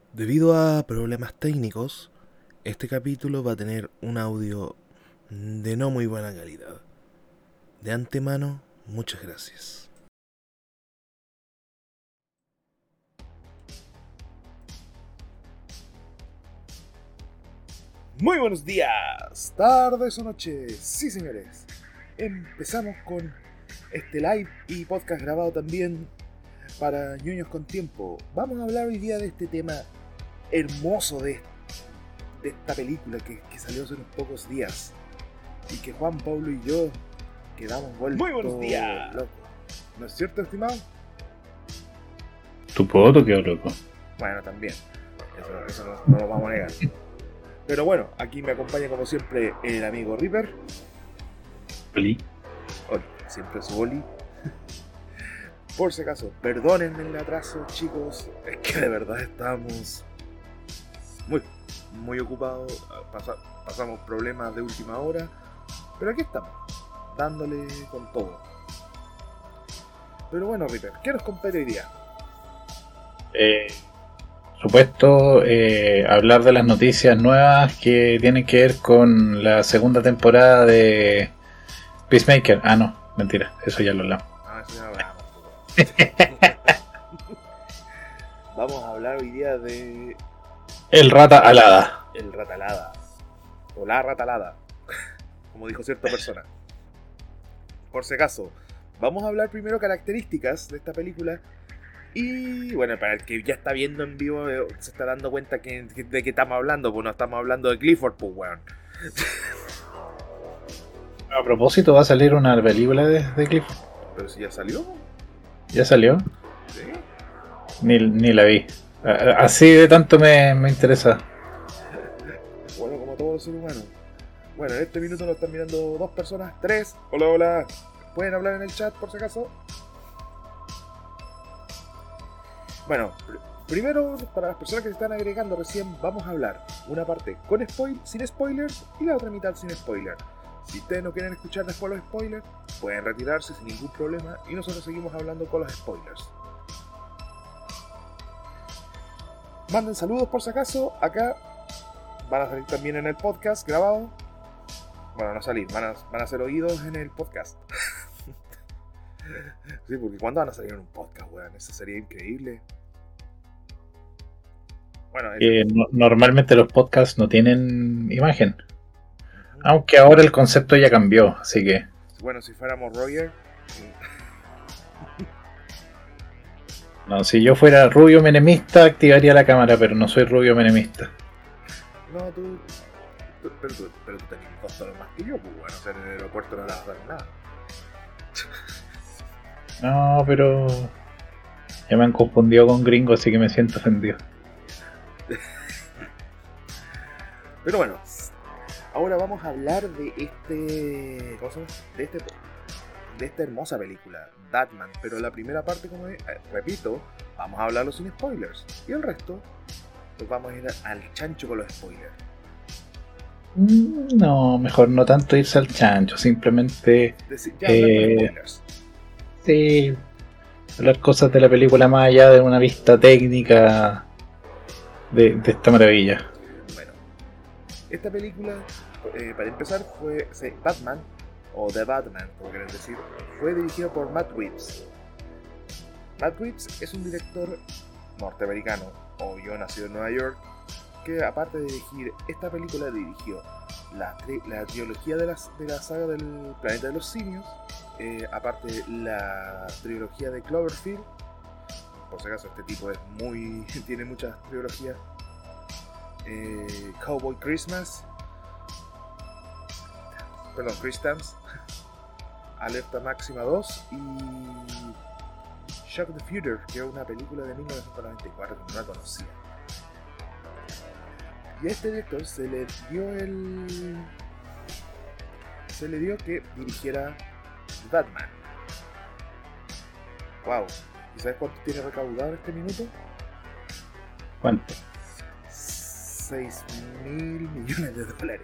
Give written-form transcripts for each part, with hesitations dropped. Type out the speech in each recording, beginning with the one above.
Debido a problemas técnicos, este capítulo va a tener un audio de no muy buena calidad. De antemano, muchas gracias. Muy buenos días, tardes o noches, sí señores. Empezamos con este live y podcast grabado también para ñoños con tiempo. Vamos a hablar hoy día de este tema hermoso de esta película que salió hace unos pocos días y que Juan Pablo y yo quedamos vueltos. Muy buenos días. Locos. ¿No es cierto, estimado? Tu poto quedó loco. Bueno, también. Eso no lo vamos a negar. Pero bueno, aquí me acompaña como siempre el amigo Reaper. Oli. Oli, siempre su Oli. Por si acaso, perdónenme el atraso, chicos. Es que de verdad estamos muy ocupados. Pasamos problemas de última hora. Pero aquí estamos, dándole con todo. Pero bueno, Reaper, ¿qué nos compete hoy día? Supuesto, hablar de las noticias nuevas que tienen que ver con la segunda temporada de Peacemaker. Ah, no, mentira, eso ya lo hablamos. Ah, eso ya lo hablamos. Vamos a hablar hoy día de El Rata Alada. el Ratalada. O la Ratalada, como dijo cierta persona. Por si acaso, vamos a hablar primero características de esta película. Y bueno, para el que ya está viendo en vivo, se está dando cuenta de qué estamos hablando. Pues no estamos hablando de Clifford, pues weón. A propósito, va a salir una película de Clifford. Pero si ya salió. ¿Ya salió? Sí. Ni la vi. Así de tanto me interesa. Bueno, como todos los seres humanos. Bueno, en este minuto nos están mirando 2 personas, 3. Hola, hola. ¿Pueden hablar en el chat por si acaso? Bueno, primero, para las personas que se están agregando recién, vamos a hablar una parte con sin spoilers y la otra mitad sin spoilers. Si ustedes no quieren escuchar después los spoilers, pueden retirarse sin ningún problema y nosotros seguimos hablando con los spoilers. Manden saludos por si acaso, acá van a salir también en el podcast grabado. Bueno, no salir, van a ser oídos en el podcast. Sí, porque ¿cuándo van a salir en un podcast, weón? Eso sería increíble. Bueno, Normalmente los podcasts no tienen imagen. Aunque ahora el concepto ya cambió, así que... Bueno, si fuéramos Roger... No, si yo fuera rubio menemista, activaría la cámara, pero no soy rubio menemista. No, pero tú tenés 2 tonos más que yo, pues bueno, o sea, en el aeropuerto no le vas a dar nada. No, pero... Ya me han confundido con gringo, así que me siento ofendido. Pero bueno, ahora vamos a hablar de esta hermosa película, Batman. Pero la primera parte, como repito, vamos a hablarlo sin spoilers. Y el resto, pues vamos a ir al chancho con los spoilers. No, mejor no tanto irse al chancho, simplemente... Ya hablar con spoilers. Sí, hablar cosas de la película más allá de una vista técnica de esta maravilla. Bueno, esta película, para empezar, fue Batman, o The Batman, como quieran decir, fue dirigida por Matt Reeves. Matt Reeves es un director norteamericano, obvio, nacido en Nueva York, que aparte de dirigir esta película, dirigió la trilogía de la saga del Planeta de los Simios, aparte la trilogía de Cloverfield. Por si acaso, este tipo tiene muchas trilogías. Cowboy Christmas, Christmas, Alerta Máxima 2 y Shock the Future, que es una película de 1994 que no la conocía. Y a este director se le dio que dirigiera Batman. Wow. ¿Y sabes cuánto tiene recaudado en este minuto? ¿Cuánto? $6.000 millones.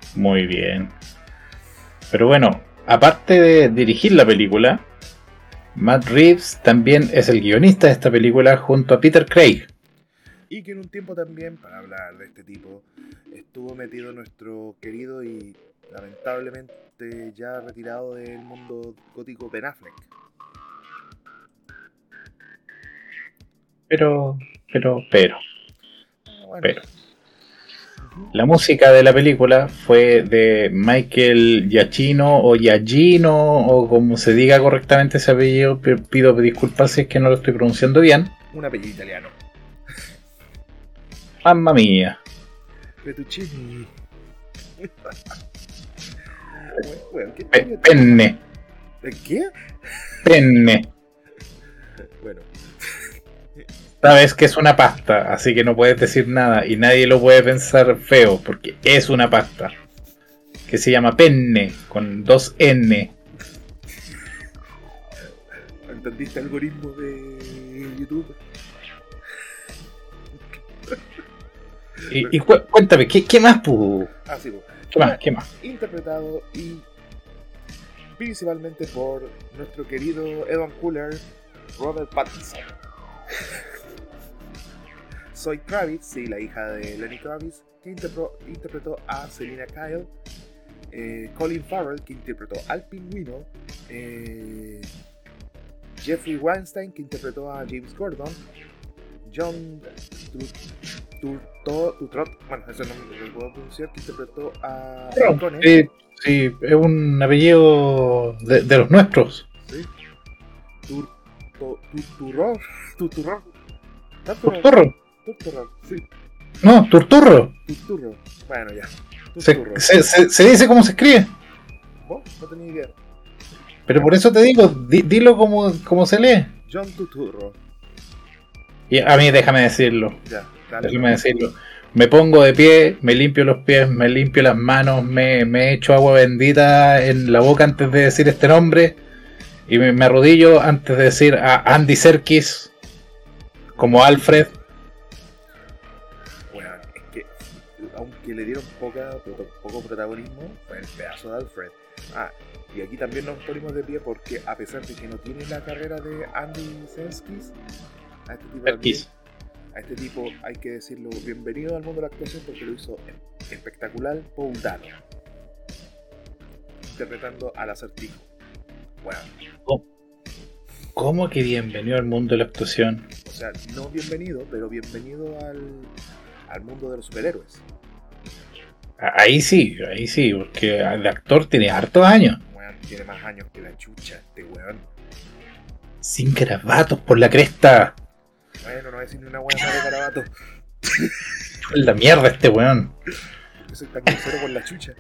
Muy bien. Pero bueno, aparte de dirigir la película, Matt Reeves también es el guionista de esta película junto a Peter Craig. Y que en un tiempo también, para hablar de este tipo, estuvo metido nuestro querido y lamentablemente ya retirado del mundo gótico Ben Affleck. Pero. Bueno. La música de la película fue de Michael Giacchino o Giacchino o como se diga correctamente ese apellido. Pido disculpas si es que no lo estoy pronunciando bien. Un apellido italiano. Mamma mía. Fettuccini. Penne. ¿Qué? Penne. Bueno. Sabes que es una pasta, así que no puedes decir nada y nadie lo puede pensar feo porque es una pasta que se llama penne con 2 N. ¿Entendiste el algoritmo de YouTube? Y cuéntame, ¿qué más pudo? Ah, sí, ¿Qué más? Interpretado y principalmente por nuestro querido Evan Cooler, Robert Pattinson. Zoe Kravitz, sí, la hija de Lenny Kravitz, que interpretó a Selina Kyle. Colin Farrell, que interpretó al pingüino. Jeffrey Weinstein, que interpretó a James Gordon. John Turturro, bueno, ese nombre no lo puedo pronunciar, que interpretó a Conan. Sí, es un apellido de los nuestros. Sí. Turturro. Turturro, sí. No, Turturro. Turturro. Bueno, ya. Turturro. Se dice cómo se escribe. ¿Vos? No tenía idea. Pero por eso te digo, dilo como se lee. John Turturro. Y a mí déjame decirlo. Ya, dale. Déjame decirlo. Me pongo de pie, me limpio los pies, me limpio las manos, me echo agua bendita en la boca antes de decir este nombre. Y me arrodillo antes de decir a Andy Serkis como Alfred. Bueno, es que aunque le dieron poco protagonismo, fue el pedazo de Alfred. Y aquí también nos ponemos de pie porque a pesar de que no tiene la carrera de Andy Serkis, a este tipo hay que decirlo, bienvenido al mundo de la actuación porque lo hizo espectacular Paul Dano, interpretando al Acertijo. Bueno. ¿Cómo que bienvenido al mundo de la actuación? O sea, no bienvenido, pero bienvenido al mundo de los superhéroes. Ahí sí, porque el actor tiene hartos años. Bueno, tiene más años que la chucha este weón. Sin garabatos por la cresta. Bueno, no voy a decir ni una buena de garabatos. La mierda este weón. Porque soy tan grosero con la chucha.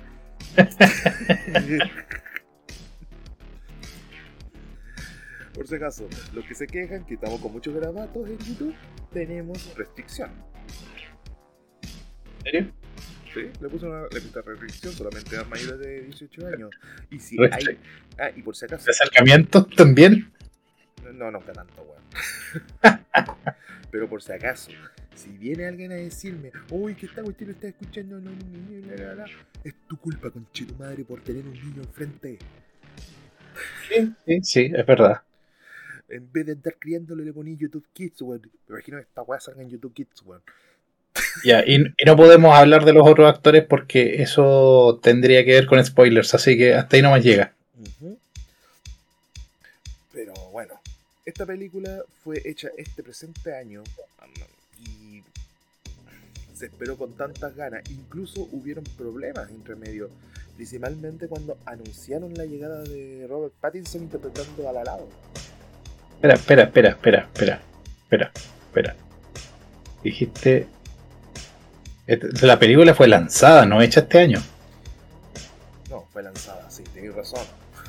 Por si acaso, los que se quejan que estamos con muchos garabatos en YouTube, tenemos restricción. ¿En serio? Sí, le puse una restricción solamente a mayores de 18 años. Y si hay... y por si acaso... ¿Acercamientos también? No, nunca tanto, weón. Pero por si acaso, si viene alguien a decirme, uy, que esta cuestión está escuchando a un niño, es tu culpa, conche tu madre, por tener un niño enfrente. Sí, es verdad. En vez de andar criándole, le poní YouTube Kids, weón. Me imagino que esta weá salga en YouTube Kids, weón. Ya, y no podemos hablar de los otros actores porque eso tendría que ver con spoilers, así que hasta ahí nomás llega. Pero bueno, esta película fue hecha este presente año y se esperó con tantas ganas. Incluso hubieron problemas entre medio, principalmente cuando anunciaron la llegada de Robert Pattinson interpretando al alado. Espera. Dijiste... La película fue lanzada, no hecha este año. No, fue lanzada, sí, tenés razón.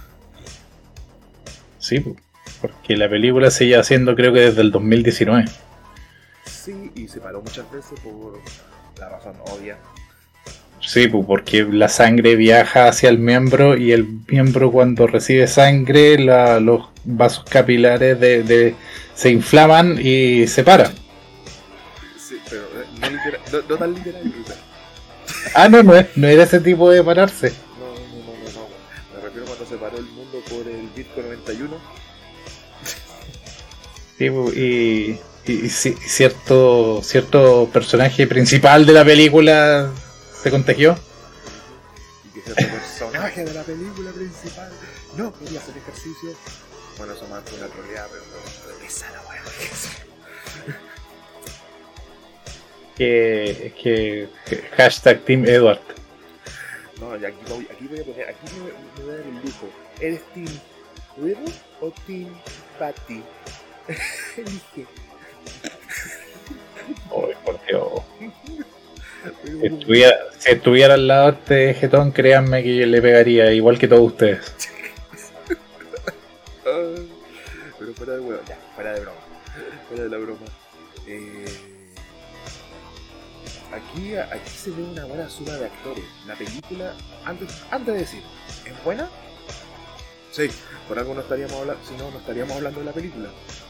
Sí, porque la película se lleva haciendo creo que desde el 2019. Sí, y se paró muchas veces por la razón obvia. Sí, porque la sangre viaja hacia el miembro y el miembro cuando recibe sangre, los vasos capilares se inflaman y se para. Sí, pero no tan literal. No era ese tipo de pararse. No. Me refiero cuando se paró el mundo por el Bitcoin 91. Sí, y cierto personaje principal de la película se contagió. Y que cierto personaje de la película principal no quería hacer ejercicio. Bueno, eso más fue una troleada, pero esa la wea. Que hashtag Team Edward. No, y aquí voy a poner, aquí me voy a dar el lujo. ¿Eres Team Riddle o Team Patty? Elige. Ay, por Dios. Si estuviera al lado de este jetón, créanme que yo le pegaría igual que todos ustedes. Pero fuera de huevo, ya, fuera de broma. Fuera de la broma. Aquí se ve una buena suma de actores. La película, antes de decir, ¿es buena? Sí, por algo no estaríamos hablando, si no, no estaríamos hablando de la película.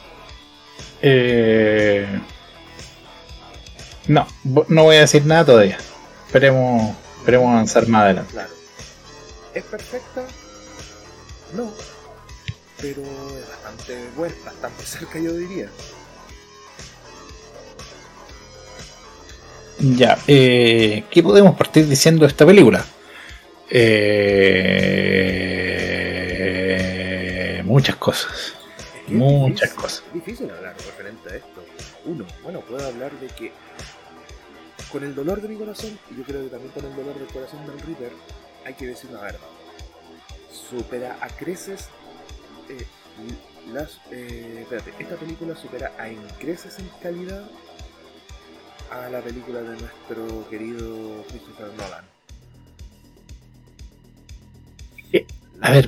No voy a decir nada todavía. Esperemos avanzar más adelante. Claro. ¿Es perfecta? No. Pero es bastante buena, bastante cerca, yo diría. Ya, ¿qué podemos partir diciendo de esta película? Muchas cosas. Muchas cosas. Es difícil hablar referente a esto. Bueno, puedo hablar de que con el dolor de mi corazón, y yo creo que también con el dolor del corazón del Reaper, hay que decir una verdad. Supera a creces esta película supera en creces en calidad a la película de nuestro querido Christopher Nolan. A ver,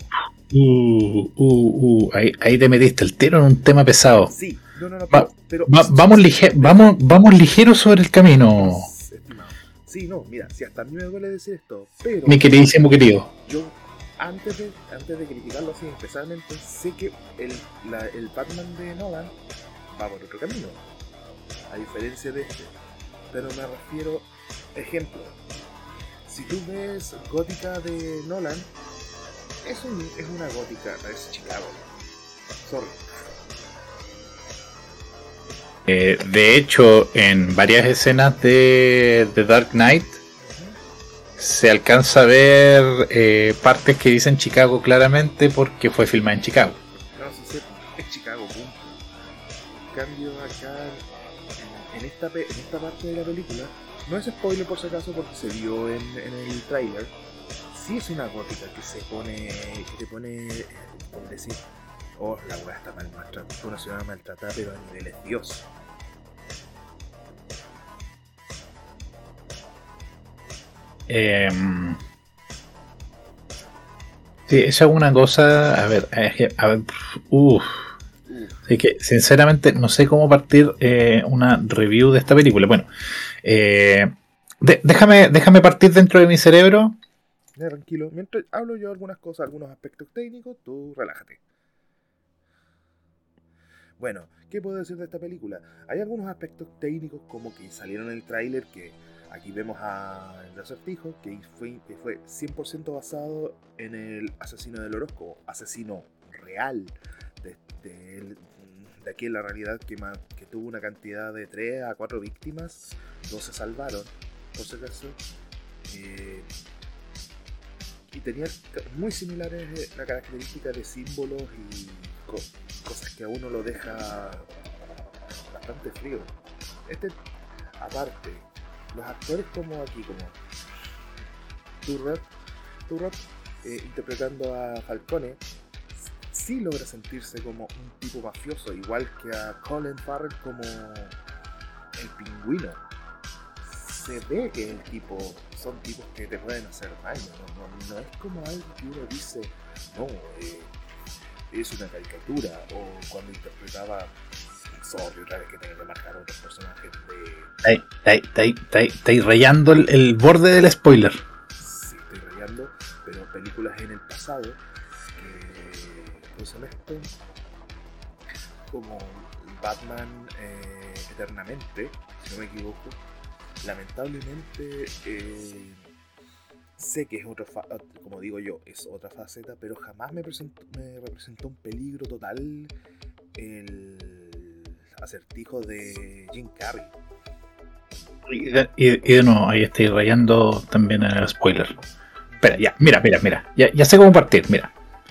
ahí te metiste el tiro en un tema pesado. Sí, no, pero vamos ligeros sobre el camino. Estimado. Sí, no, mira, si hasta a mí me duele decir esto, pero mi queridísimo querido. Yo antes de criticarlo así especialmente, sé que el Batman de Nolan va por otro camino, a diferencia de este. Pero me refiero, ejemplo, si tú ves Gótica de Nolan, es una gótica, es Chicago. Sorry. De hecho, en varias escenas de The Dark Knight se alcanza a ver partes que dicen Chicago claramente porque fue filmada en Chicago. No, sí, es Chicago, punto. En cambio, acá, en esta parte de la película, no es spoiler por si acaso porque se vio en el tráiler. Sí es una gótica que te pone, por decir, oh, la weá está mal maltratada, una ciudad maltratada, pero a niveles Dios. Sí, esa es una cosa, a ver, así que sinceramente no sé cómo partir una review de esta película. Bueno, déjame partir dentro de mi cerebro. Tranquilo, mientras hablo yo algunas cosas, algunos aspectos técnicos, tú relájate. Bueno, ¿qué puedo decir de esta película? Hay algunos aspectos técnicos como que salieron en el tráiler, que aquí vemos a El Acertijo, que fue 100% basado en el asesino del horóscopo, asesino real de aquí en la realidad, que tuvo una cantidad de 3 a 4 víctimas, 2 se salvaron, por si acaso. Y tenía muy similares la característica de símbolos y cosas que a uno lo deja bastante frío. Aparte, los actores como Turrot interpretando a Falcone, sí logra sentirse como un tipo mafioso, igual que a Colin Farrell como el Pingüino. Se ve que son tipos que te pueden hacer daño, no es como algo que uno dice, no, es una caricatura, o cuando interpretaba, sorry, otra vez que tengo que marcar a otros personajes Estáis rayando el borde del spoiler. Sí, estoy rayando, pero películas en el pasado, pues esto, como Batman Eternamente, si no me equivoco, lamentablemente sé que es como digo yo, es otra faceta, pero jamás me representó un peligro total el Acertijo de Jim Carrey. Y de nuevo, ahí estoy rayando también en el spoiler. Espera, ya, mira. Ya sé cómo partir, mira.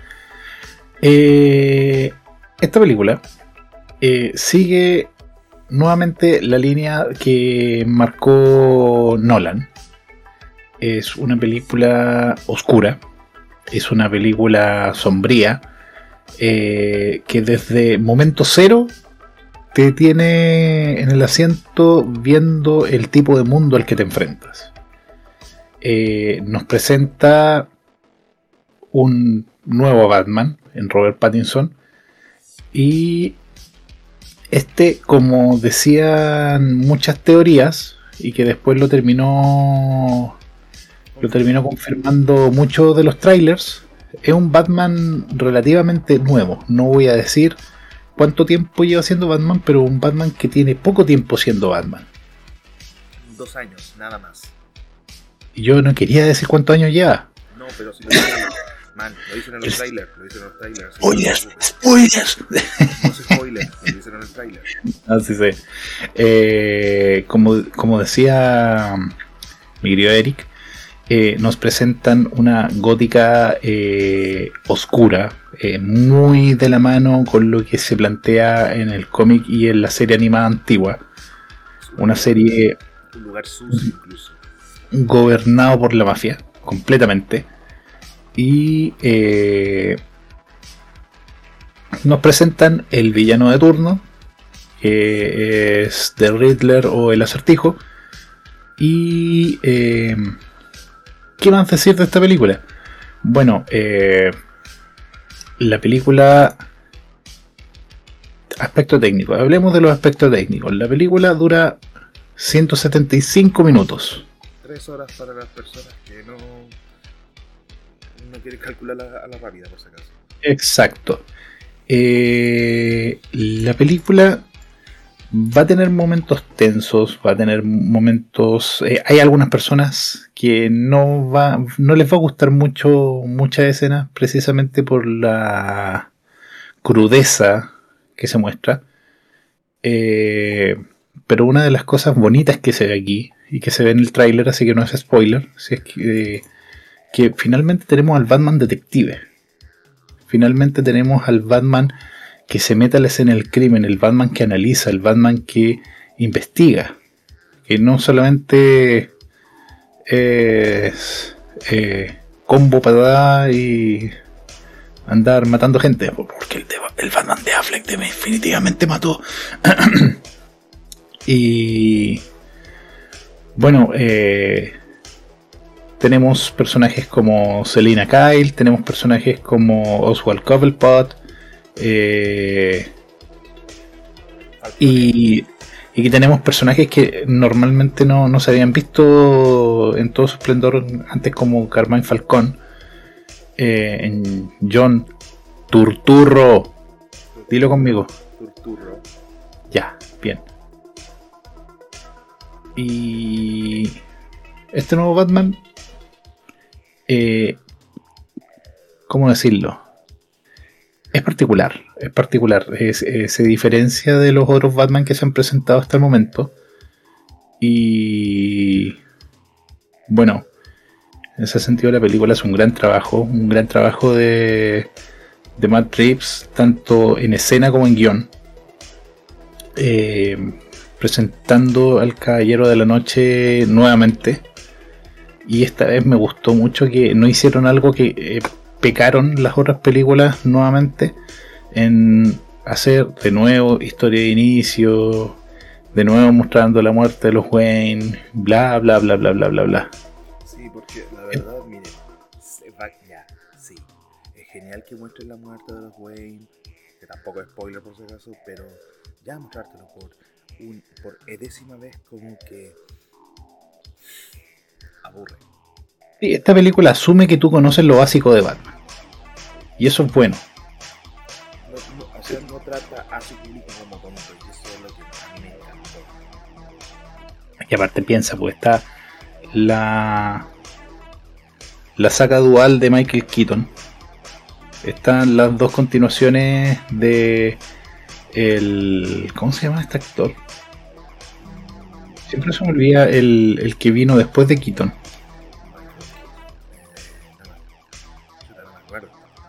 Esta película sigue nuevamente la línea que marcó Nolan. Es una película oscura, es una película sombría, que desde momento cero te tiene en el asiento viendo el tipo de mundo al que te enfrentas. Nos presenta un nuevo Batman en Robert Pattinson, y como decían muchas teorías y que después lo terminó confirmando muchos de los trailers, es un Batman relativamente nuevo. No voy a decir cuánto tiempo lleva siendo Batman, pero un Batman que tiene poco tiempo siendo Batman. 2 años, nada más. Y yo no quería decir cuántos años lleva. No, pero si lo dicen, man, lo dicen en los trailers. Spoilers. No es spoiler, lo dicen en el trailer. Así sé. Como decía mi querido Eric, nos presentan una gótica oscura, muy de la mano con lo que se plantea en el cómic y en la serie animada antigua. Una serie... Un lugar sucio incluso. Gobernado por la mafia, completamente. Y nos presentan el villano de turno, que es The Riddler o el Acertijo. Y ¿qué más decir de esta película? Bueno, la película... Aspecto técnico. Hablemos de los aspectos técnicos. La película dura 175 minutos. 3 horas para las personas que no quieren calcular a la rápida, por si acaso. Exacto. La película va a tener momentos tensos, va a tener momentos... hay algunas personas que no les va a gustar muchas escenas, precisamente por la crudeza que se muestra. Pero una de las cosas bonitas que se ve aquí, y que se ve en el tráiler, así que no es spoiler, si es que finalmente tenemos al Batman detective. Finalmente tenemos al Batman que se mete a la escena del crimen, el Batman que analiza, el Batman que investiga, que no solamente es combo patada y andar matando gente, porque el Batman de Affleck definitivamente mató. Y bueno, tenemos personajes como Selina Kyle, tenemos personajes como Oswald Cobblepot, y que tenemos personajes que normalmente no se habían visto en todo su esplendor antes, como Carmine Falcón, en John Turturro. Dilo conmigo. Turturro. Ya, bien. Y este nuevo Batman, ¿cómo decirlo? Es particular. Se diferencia de los otros Batman que se han presentado hasta el momento. Y bueno, en ese sentido la película es un gran trabajo de Matt Reeves, tanto en escena como en guión, presentando al Caballero de la Noche nuevamente. Y esta vez me gustó mucho que no hicieron algo que pecaron las otras películas nuevamente, en hacer de nuevo historia de inicio, de nuevo mostrando la muerte de los Wayne, bla bla bla bla bla bla bla. Sí, porque la verdad, miren, sí, es genial que muestren la muerte de los Wayne, que tampoco es spoiler por si acaso, pero ya mostrártelo por enésima vez como que aburre. Sí, esta película asume que tú conoces lo básico de Batman, y eso es bueno. No trata a su público como tonto, y eso es lo que a mí me encantó. Y aparte piensa, pues está la saga dual de Michael Keaton, están las dos continuaciones de ¿Cómo se llama este actor? Siempre se me olvida el que vino después de Keaton. No me acuerdo.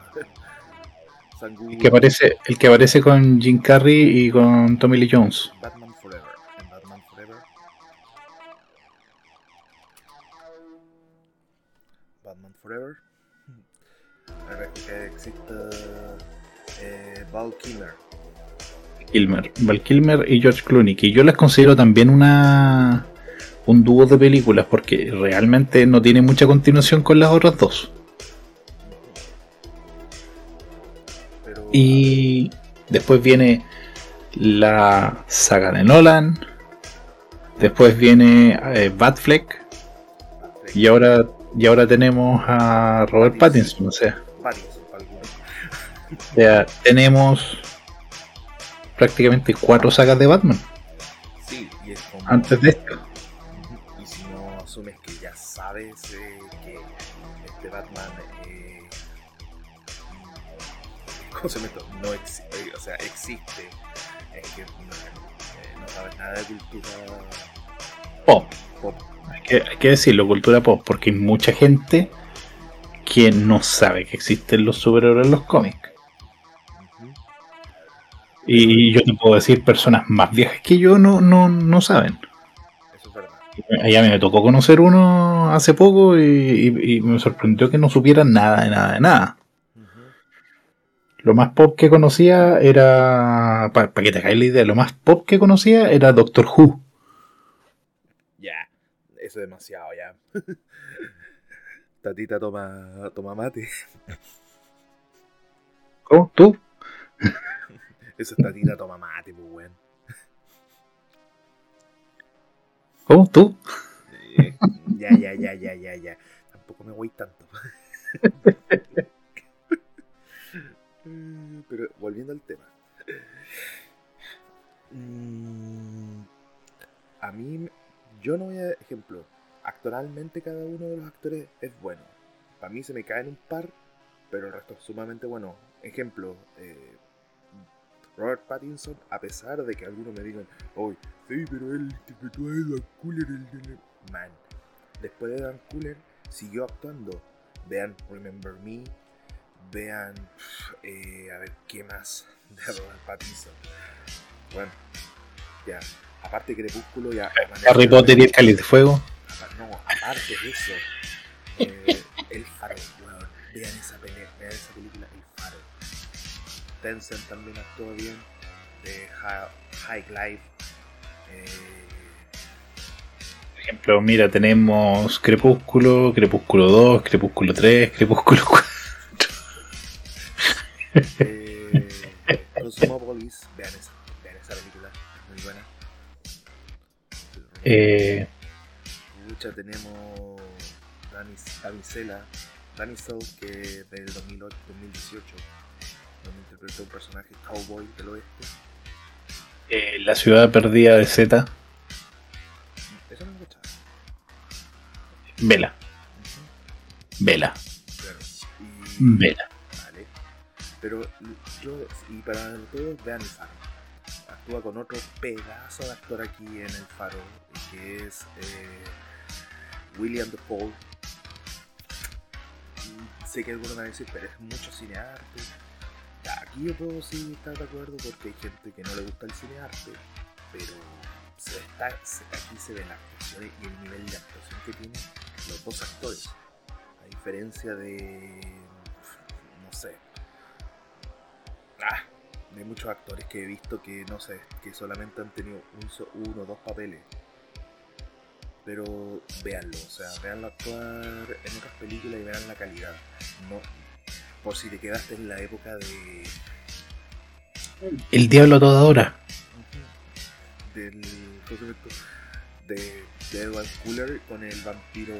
El que aparece con Jim Carrey y con Tommy Lee Jones. Batman Forever. En Batman Forever. Batman Forever. A ver que existe Val Kilmer. Val Kilmer y George Clooney, que yo las considero también un dúo de películas porque realmente no tiene mucha continuación con las otras dos. Pero, y después viene la saga de Nolan, después viene Batfleck y ahora tenemos a Robert Pattinson, o sea tenemos prácticamente 4 sagas de Batman. Sí, y es como... Antes de esto. Y si no asumes que ya sabes que este Batman ¿cómo se meto? No existe, o sea, existe. Es que no sabes nada de cultura pop. Hay que decirlo, cultura pop, porque hay mucha gente que no sabe que existen los superhéroes en los cómics. Y yo te puedo decir, personas más viejas que yo no saben. Eso es verdad. A mí me tocó conocer uno hace poco y me sorprendió que no supiera nada. Lo más pop que conocía era, para que te hagáis la idea, lo más pop que conocía era Doctor Who. Ya, eso es demasiado ya. Tatita toma mate. ¿Cómo? ¿Tú? Eso es Tatita toma mate, pues weón. ¿Cómo? ¿Tú? Ya. Tampoco me voy tanto. Pero volviendo al tema. A mí, yo no voy a ejemplo. Actoralmente cada uno de los actores es bueno. Para mí se me caen un par, pero el resto es sumamente bueno. Ejemplo, Robert Pattinson, a pesar de que algunos me digan, oh, sí, pero él interpretó a Edward Cullen, man. Después de Dan Cullen siguió actuando. Vean Remember Me, vean, a ver, ¿qué más de Robert Pattinson? Bueno, ya, aparte de Crepúsculo, ya... Harry Potter y el Cáliz de Fuego. No, aparte de eso, El Faro, weón, vean esa película, El Faro. Tencent también actuó bien, de High Life. Por ejemplo, mira, tenemos Crepúsculo, Crepúsculo 2, Crepúsculo 3, Crepúsculo 4. Cosmopolis, vean esa película, muy buena. Tenemos Damisel, que del 2018, donde interpretó un personaje cowboy del oeste. La ciudad perdida de Z. Eso no me escuchaba. Vela. Vela. Claro. Vela. Vale. Pero y para todos, vean El Faro. Actúa con otro pedazo de actor aquí en El Faro, que es William Dafoe. Sé que algunos van a decir, pero es mucho cinearte. Aquí yo puedo sí estar de acuerdo porque hay gente que no le gusta el cinearte, pero aquí se ven las actuaciones y el nivel de actuación que tienen los dos actores. A diferencia de, no sé, de muchos actores que he visto que no sé, que solamente han tenido uno o dos papeles. Pero véanlo, o sea, véanlo actuar en otras películas y vean la calidad. No, por si te quedaste en la época de El Diablo a toda hora. De Edward Cullen con el vampiro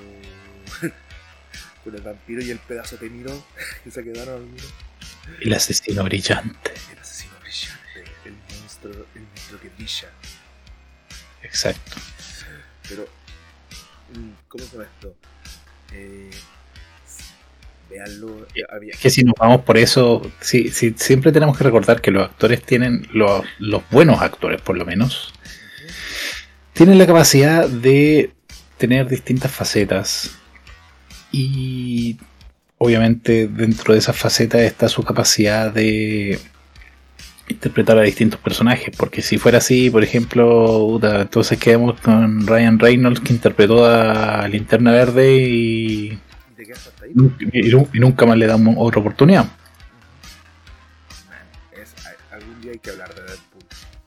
con el vampiro y el pedazo de Niro que se quedaron al menos. El asesino brillante. El monstruo que brilla. Exacto. Pero ¿cómo se llama esto? Veanlo. Es que si nos vamos por eso, sí, siempre tenemos que recordar que los actores tienen, los buenos actores por lo menos, tienen la capacidad de tener distintas facetas. Y obviamente dentro de esas facetas está su capacidad de interpretar a distintos personajes, porque si fuera así, por ejemplo, entonces quedamos con Ryan Reynolds, que interpretó a Linterna Verde y nunca más le damos otra oportunidad. Algún día hay que hablar de Deadpool.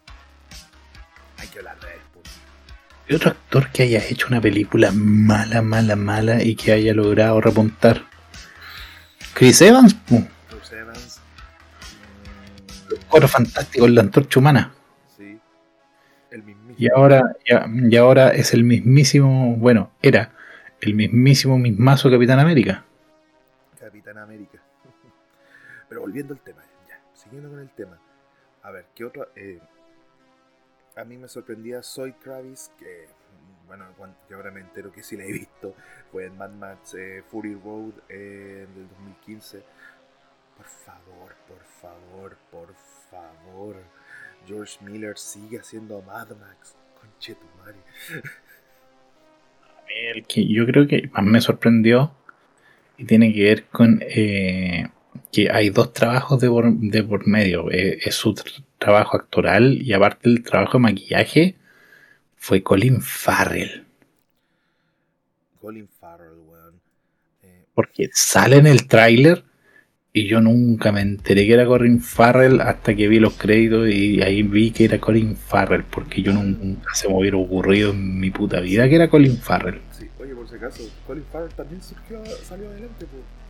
¿Y otro actor que haya hecho una película mala y que haya logrado repuntar? Chris Evans. Los Cuatro Fantásticos, la Antorcha Humana. Sí. El mismísimo. Y ahora es el mismísimo, bueno, era el mismazo Capitán América. Pero volviendo al tema, ya, siguiendo con el tema. A ver, ¿qué otro? A mí me sorprendía Zoe Kravitz, que, bueno, que ahora me entero que sí la he visto, fue en Mad Max Fury Road del 2015. Por favor, George Miller sigue haciendo Mad Max, conchetumare. El que yo creo que más me sorprendió y tiene que ver con que hay dos trabajos de por medio. Es su trabajo actoral y aparte el trabajo de maquillaje fue Colin Farrell. Weón. Porque sale en el tráiler y yo nunca me enteré que era Colin Farrell hasta que vi los créditos y ahí vi que era Colin Farrell, porque yo nunca se me hubiera ocurrido en mi puta vida que era Colin Farrell. Sí, oye, por si acaso, Colin Farrell también salió adelante,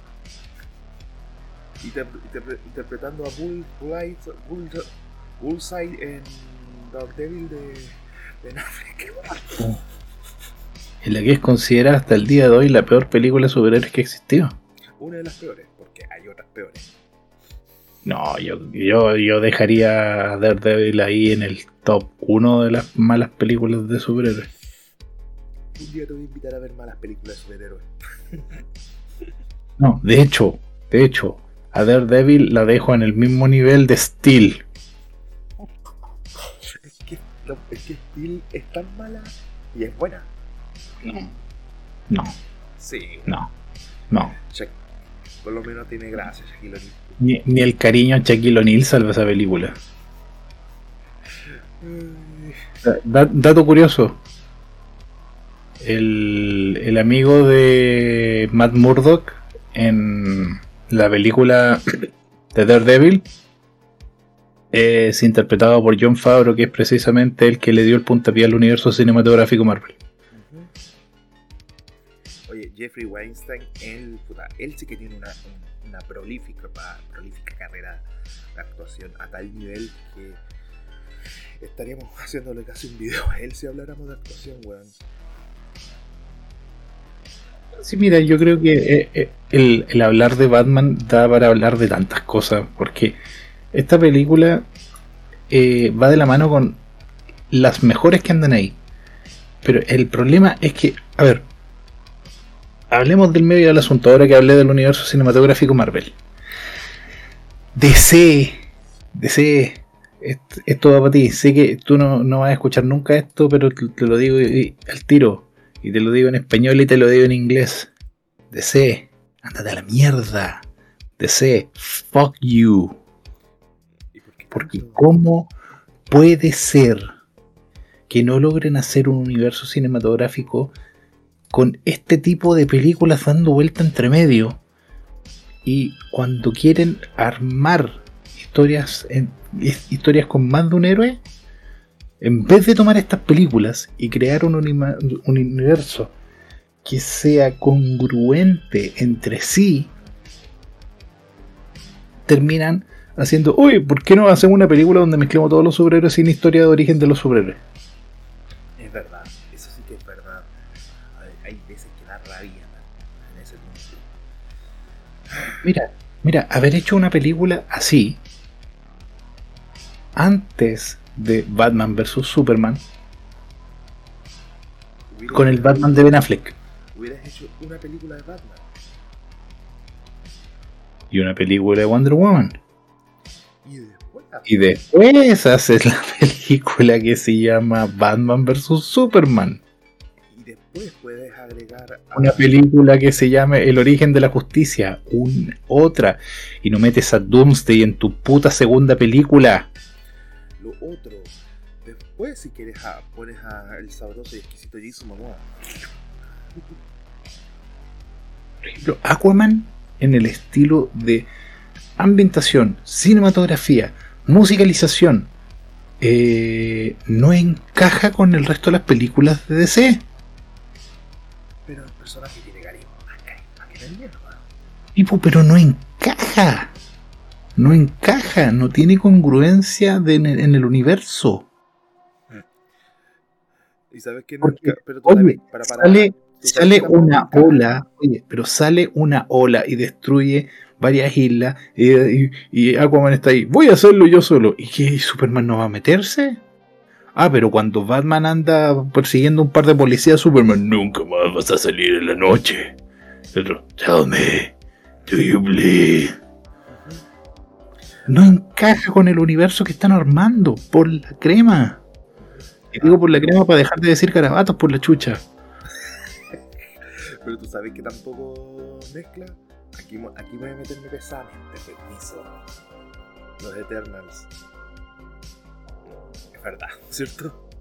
interpretando a Bullseye en Daredevil de Netflix. En la que es considerada hasta el día de hoy la peor película de superhéroes que existió. Una de las peores, porque hay otras peores. No, yo dejaría a Daredevil ahí en el top 1 de las malas películas de superhéroes. Un día te voy a invitar a ver malas películas de superhéroes. No, de hecho, a Daredevil la dejo en el mismo nivel de Steel. Es que Steel es tan mala y es buena. No. Sí. No. Por lo menos tiene gracia Shaquille O'Neal. Ni el cariño a Shaquille O'Neal salva esa película. Dato curioso. El amigo de Matt Murdock en la película de Daredevil es interpretado por Jon Favreau, que es precisamente el que le dio el puntapié al universo cinematográfico Marvel. Oye, Jeffrey Weinstein, él sí que tiene una prolífica carrera de actuación a tal nivel que estaríamos haciéndole casi un video a él si habláramos de actuación, weón. Sí, mira, yo creo que el hablar de Batman da para hablar de tantas cosas, porque esta película va de la mano con las mejores que andan ahí. Pero el problema es que, a ver, hablemos del medio del asunto, ahora que hablé del universo cinematográfico Marvel. DC, esto va para ti. Sé que tú no vas a escuchar nunca esto, pero te lo digo al tiro. Y te lo digo en español y te lo digo en inglés. DC, ándate a la mierda. DC, fuck you. Porque ¿cómo puede ser que no logren hacer un universo cinematográfico con este tipo de películas dando vuelta entre medio? Y cuando quieren armar historias con más de un héroe, en vez de tomar estas películas y crear un universo que sea congruente entre sí, terminan haciendo, uy, ¿por qué no hacemos una película donde mezclemos todos los superhéroes sin historia de origen de los superhéroes? Es verdad, eso sí que es verdad. Hay veces que da rabia en ese punto. Mira, haber hecho una película así antes de Batman vs Superman con el Batman de Ben Affleck. Hubieras hecho una película de Batman y una película de Wonder Woman. Y después Y después haces la película que se llama Batman vs Superman. Y después puedes agregar Una película que se llame El origen de la justicia. Otra. Y no metes a Doomsday en tu puta segunda película. lo otro. Después, si quieres, pones a el sabroso y exquisito Jason Momoa. Por ejemplo, Aquaman en el estilo de ambientación, cinematografía, musicalización, no encaja con el resto de las películas de DC. Pero el personaje tiene carisma que la mierda. Pero no encaja. No encaja, no tiene congruencia en el universo. Y sabes que no Porque, pero tú oye, sabes, sale una ola, pero sale una ola y destruye varias islas y Aquaman está ahí, voy a hacerlo yo solo. ¿Y qué? ¿Superman no va a meterse? Pero cuando Batman anda persiguiendo un par de policías, Superman, nunca más vas a salir en la noche. El otro, tell me, do you bleed? No encaja con el universo que están armando, por la crema. Y digo por la crema para dejar de decir garabatos por la chucha. Pero tú sabes que tampoco mezcla. Aquí voy a meterme pesadamente, permiso. Los Eternals. Es verdad, ¿cierto?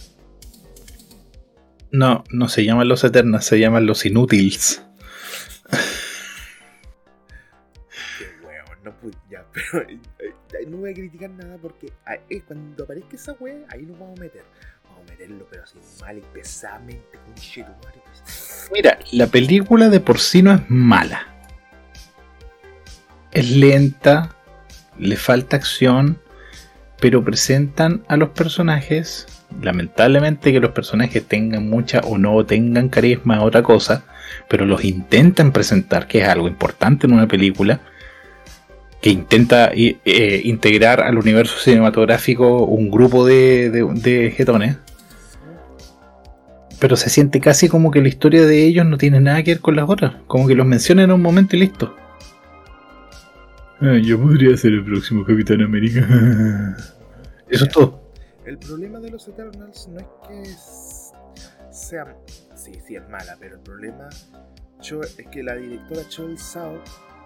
No se llaman los Eternals, se llaman los Inútiles. Qué hueón, no pues ya, pero no voy a criticar nada porque cuando aparezca esa wea, ahí nos vamos a meter. Vamos a meterlo, pero así mal y pesadamente, con chetumare. Mira, la película de por sí no es mala. Es lenta, le falta acción, pero presentan a los personajes. Lamentablemente que los personajes tengan mucha o no tengan carisma es otra cosa, pero los intentan presentar, que es algo importante en una película, que intenta integrar al universo cinematográfico un grupo de jetones. Pero se siente casi como que la historia de ellos no tiene nada que ver con las otras. Como que los mencionan en un momento y listo. Yo podría ser el próximo Capitán América. Eso es todo. El problema de los Eternals no es que sea... Sí, es mala, pero el problema es que la directora Chloe Zhao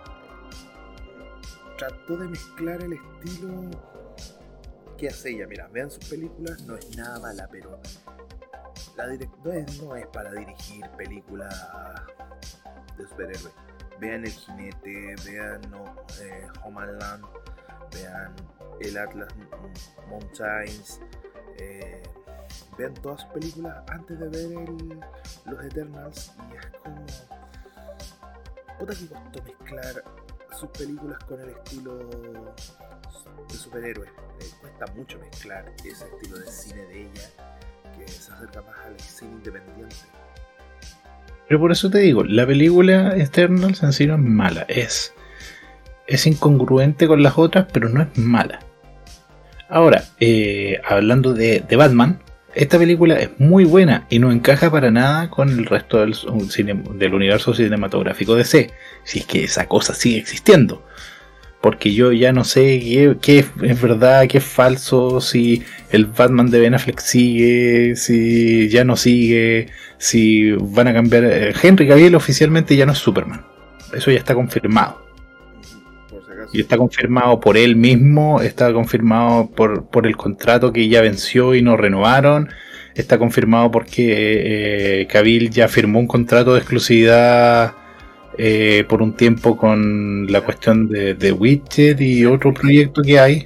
trató de mezclar el estilo que hace ella. Mira, vean sus películas, no es nada mala, pero la directora no es para dirigir películas de superhéroes. Vean El Jinete, vean Homeland, vean El Atlas Mountains, vean todas sus películas antes de ver los Eternals y es como... Puta que costó mezclar sus películas con el estilo de superhéroes. Cuesta mucho mezclar ese estilo de cine de ella que se acerca más al cine independiente. Pero por eso te digo, la película Eternals en sí no es mala, es incongruente con las otras, pero no es mala. Ahora, hablando de Batman, esta película es muy buena y no encaja para nada con el resto del universo cinematográfico DC, si es que esa cosa sigue existiendo. Porque yo ya no sé qué es verdad, qué es falso, si el Batman de Ben Affleck sigue, si ya no sigue, si van a cambiar... Henry Cavill oficialmente ya no es Superman. Eso ya está confirmado. Y está confirmado por él mismo, está confirmado por el contrato que ya venció y no renovaron. Está confirmado porque Cavill ya firmó un contrato de exclusividad por un tiempo con la cuestión de Witcher y otro proyecto que hay.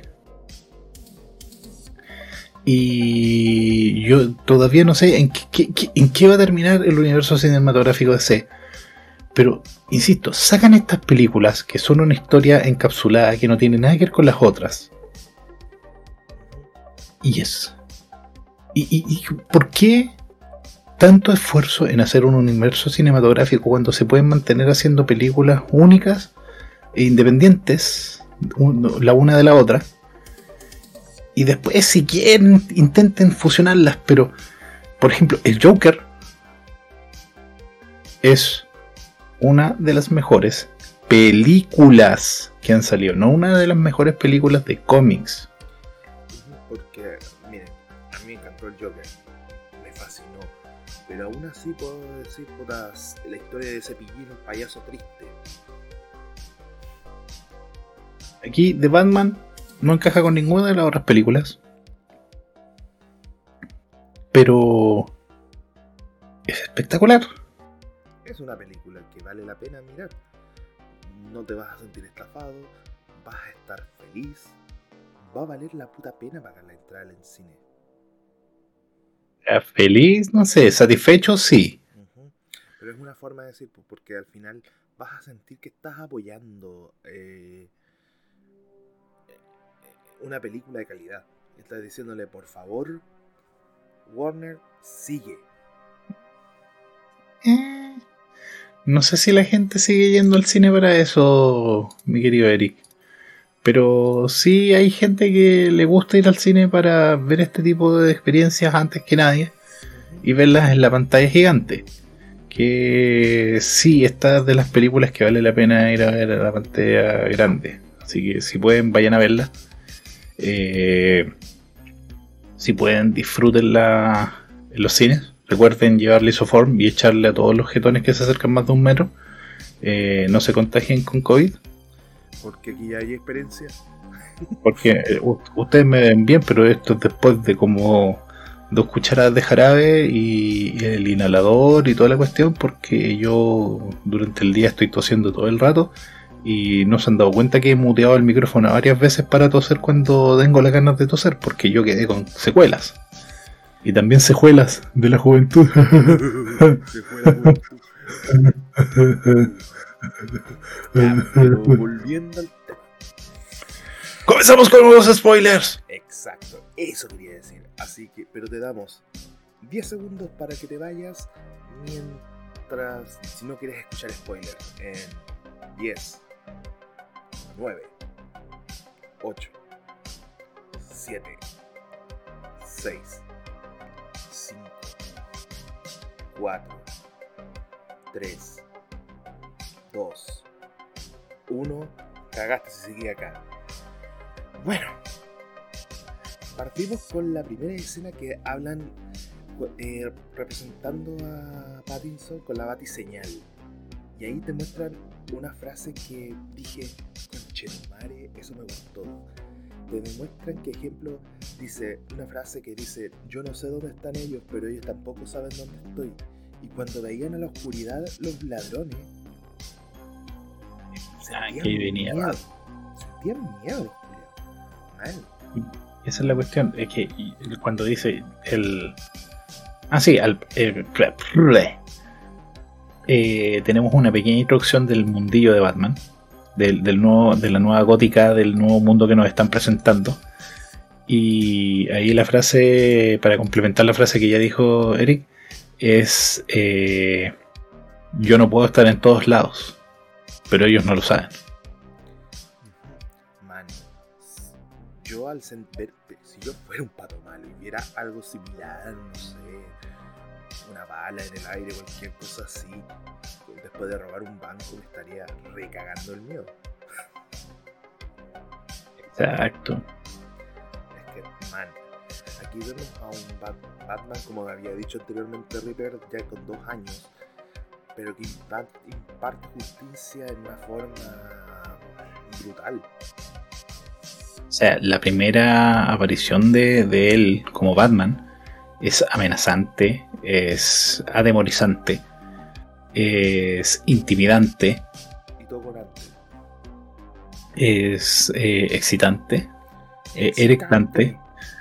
Y yo todavía no sé en qué va a terminar el universo cinematográfico de DC. Pero, insisto, sacan estas películas que son una historia encapsulada que no tiene nada que ver con las otras. Y ¿por qué tanto esfuerzo en hacer un universo cinematográfico cuando se pueden mantener haciendo películas únicas e independientes, la una de la otra? Y después, si quieren, intenten fusionarlas, pero, por ejemplo, el Joker es una de las mejores películas que han salido, no una de las mejores películas de cómics. Porque, miren, a mí me encantó el Joker, me fascinó, pero aún así puedo decir, putas, la historia de Cepillín, el payaso triste. Aquí The Batman no encaja con ninguna de las otras películas, pero es espectacular. Es una película que vale la pena mirar. No te vas a sentir estafado, vas a estar feliz, va a valer la puta pena pagar la entrada al cine. Feliz, no sé, satisfecho, sí. Pero es una forma de decir, porque al final vas a sentir que estás apoyando una película de calidad. Estás diciéndole, por favor, Warner, sigue. No sé si la gente sigue yendo al cine para eso, mi querido Eric. Pero sí hay gente que le gusta ir al cine para ver este tipo de experiencias antes que nadie y verlas en la pantalla gigante. Que sí, esta es de las películas que vale la pena ir a ver a la pantalla grande. Así que si pueden, vayan a verla. Si pueden, disfrútenla en los cines. Recuerden llevarle isoform y echarle a todos los jetones que se acercan más de 1 metro. No se contagien con COVID. Porque aquí ya hay experiencia. Porque ustedes me ven bien, pero esto es después de como 2 cucharadas de jarabe y el inhalador y toda la cuestión, porque yo durante el día estoy tosiendo todo el rato y no se han dado cuenta que he muteado el micrófono varias veces para toser cuando tengo las ganas de toser, porque yo quedé con secuelas. Y también secuelas de la juventud. Ya, pero volviendo al tema. ¡Comenzamos con los spoilers! Exacto, eso quería decir. Así que, pero te damos 10 segundos para que te vayas mientras, si no quieres escuchar spoilers, en 10, 9, 8, 7, 6, 5, 4, 3, 2, 1. Cagaste si seguí acá. Bueno, partimos con la primera escena que hablan representando a Pattinson con la batiseñal. Y ahí te muestran una frase que dije, conchetumare, eso me gustó. Te demuestran que, ejemplo, dice una frase que dice, yo no sé dónde están ellos, pero ellos tampoco saben dónde estoy. Y cuando veían a la oscuridad los ladrones, sentían miedo. Mal. Esa es la cuestión, es que cuando dice tenemos una pequeña introducción del mundillo de Batman, de la nueva gótica, del nuevo mundo que nos están presentando. Y ahí la frase, para complementar la frase que ya dijo Eric, es yo no puedo estar en todos lados, pero ellos no lo saben. Man, yo al ver, si yo fuera un pato malo y viera algo similar, no sé, una bala en el aire, cualquier cosa así, después de robar un banco me estaría recagando el miedo. Exacto. Es que, man, aquí vemos a un Batman, como había dicho anteriormente Ripper, ya con 2 años, pero que imparte justicia en una forma brutal. O sea, la primera aparición de él como Batman es amenazante, es atemorizante, es intimidante, y todo con antes. Es excitante, erectante,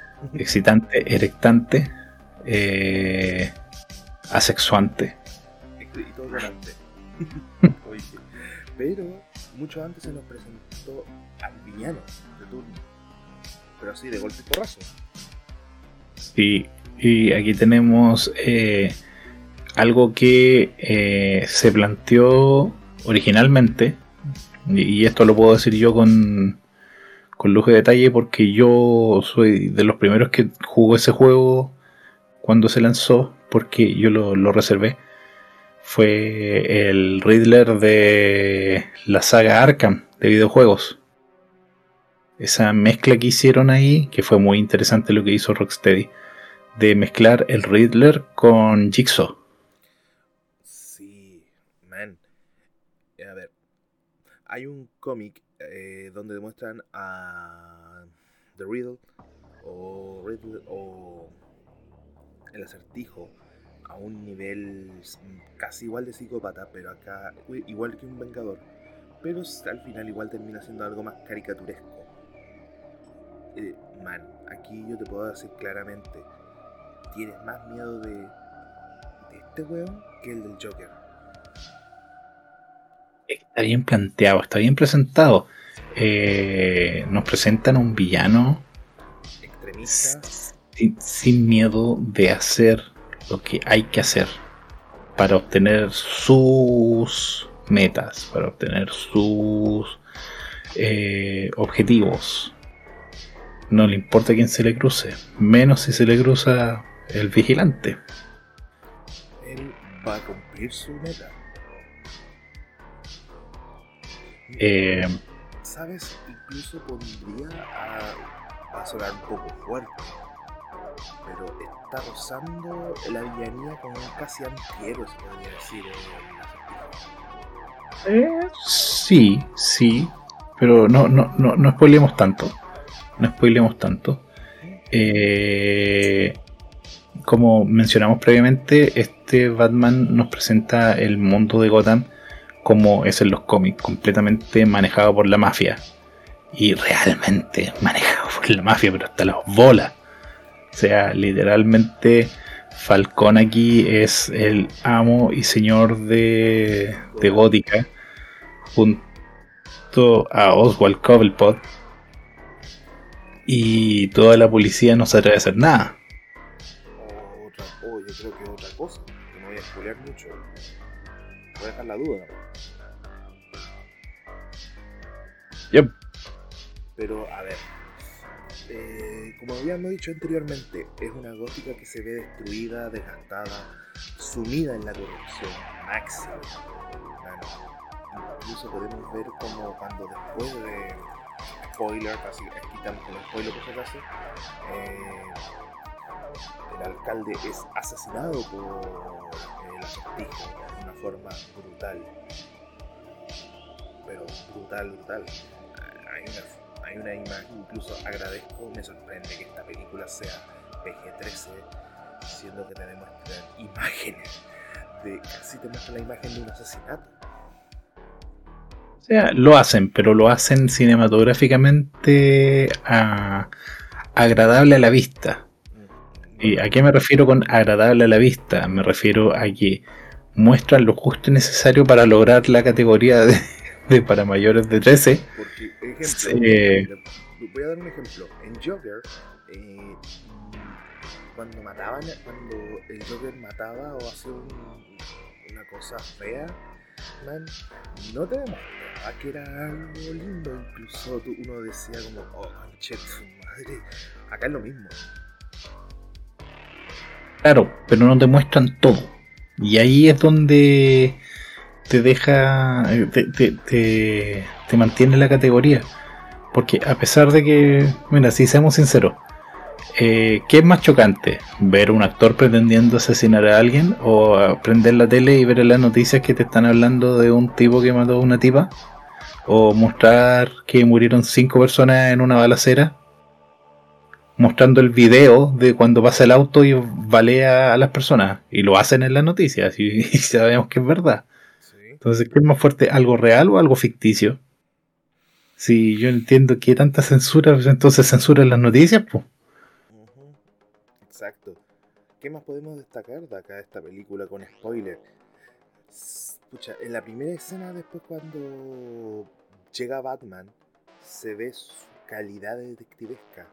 asexuante. Y todo con antes. Oye, pero mucho antes se nos presentó al villano de turno, pero así de golpe y porrazo. Sí, y aquí tenemos algo que se planteó originalmente, y esto lo puedo decir yo con lujo de detalle porque yo soy de los primeros que jugó ese juego cuando se lanzó, porque yo lo reservé. fue el Riddler de la saga Arkham de videojuegos. Esa mezcla que hicieron ahí, que fue muy interesante lo que hizo Rocksteady, de mezclar el Riddler con Jigsaw. Sí, man. A ver, hay un cómic donde demuestran a The Riddle o el Acertijo a un nivel casi igual de psicópata, pero acá igual que un vengador, pero al final igual termina siendo algo más caricaturesco. Man, aquí yo te puedo decir claramente, tienes más miedo de este weón que el del Joker. Está bien planteado, está bien presentado. Nos presentan a un villano extremista sin miedo de hacer lo que hay que hacer para obtener sus metas, para obtener sus objetivos. No le importa quién se le cruce, menos si se le cruza el vigilante. Él va a cumplir su meta. ¿Sabes? Incluso pondría va a sonar un poco fuerte, pero está rozando la villanía con un casi antihéroe, se podría decir. Sí, pero no spoilemos tanto. No spoilemos tanto. Como mencionamos previamente, este Batman nos presenta el mundo de Gotham como es en los cómics, completamente manejado por la mafia. Y realmente manejado por la mafia, pero hasta las bolas. O sea, literalmente Falcón aquí es el amo y señor de Gótica, junto a Oswald Cobblepot. Y toda la policía no se atreve a hacer nada. Yo creo que es otra cosa, que no voy a spoilear mucho. Voy a dejar la duda. Yep. Pero, a ver, como habíamos dicho anteriormente, es una Gótica que se ve destruida, desgastada, sumida en la corrupción máxima. Incluso podemos ver como cuando después de spoiler, casi quitamos el spoiler por si acaso, el alcalde es asesinado por el Acertijo de una forma brutal, pero brutal. Hay una imagen, incluso agradezco, me sorprende que esta película sea PG-13, siendo que tenemos imágenes casi te muestra la imagen de un asesinato. O sea, lo hacen, pero lo hacen cinematográficamente agradable a la vista. ¿Y a qué me refiero con agradable a la vista? Me refiero a que muestran lo justo y necesario para lograr la categoría de para mayores de 13. Porque, ejemplo, voy a dar un ejemplo. En Joker, cuando el Joker mataba o hacía una cosa fea, man, no te demostraba que era algo lindo. Incluso uno decía como, oh, conche tu madre. Acá es lo mismo. Claro, pero no te muestran todo. Y ahí es donde te deja, te mantiene la categoría. Porque a pesar de que, mira, si seamos sinceros, ¿qué es más chocante? ¿Ver un actor pretendiendo asesinar a alguien? ¿O prender la tele y ver en las noticias que te están hablando de un tipo que mató a una tipa? ¿O mostrar que murieron 5 personas en una balacera? Mostrando el video de cuando pasa el auto y balea a las personas. Y lo hacen en las noticias y sabemos que es verdad. Sí. Entonces, ¿qué es más fuerte? ¿Algo real o algo ficticio? Si yo entiendo que hay tanta censura, pues entonces censuran las noticias, pues. Exacto. ¿Qué más podemos destacar de acá de esta película con spoiler? Escucha, en la primera escena, después cuando llega Batman, se ve su calidad de detectivesca.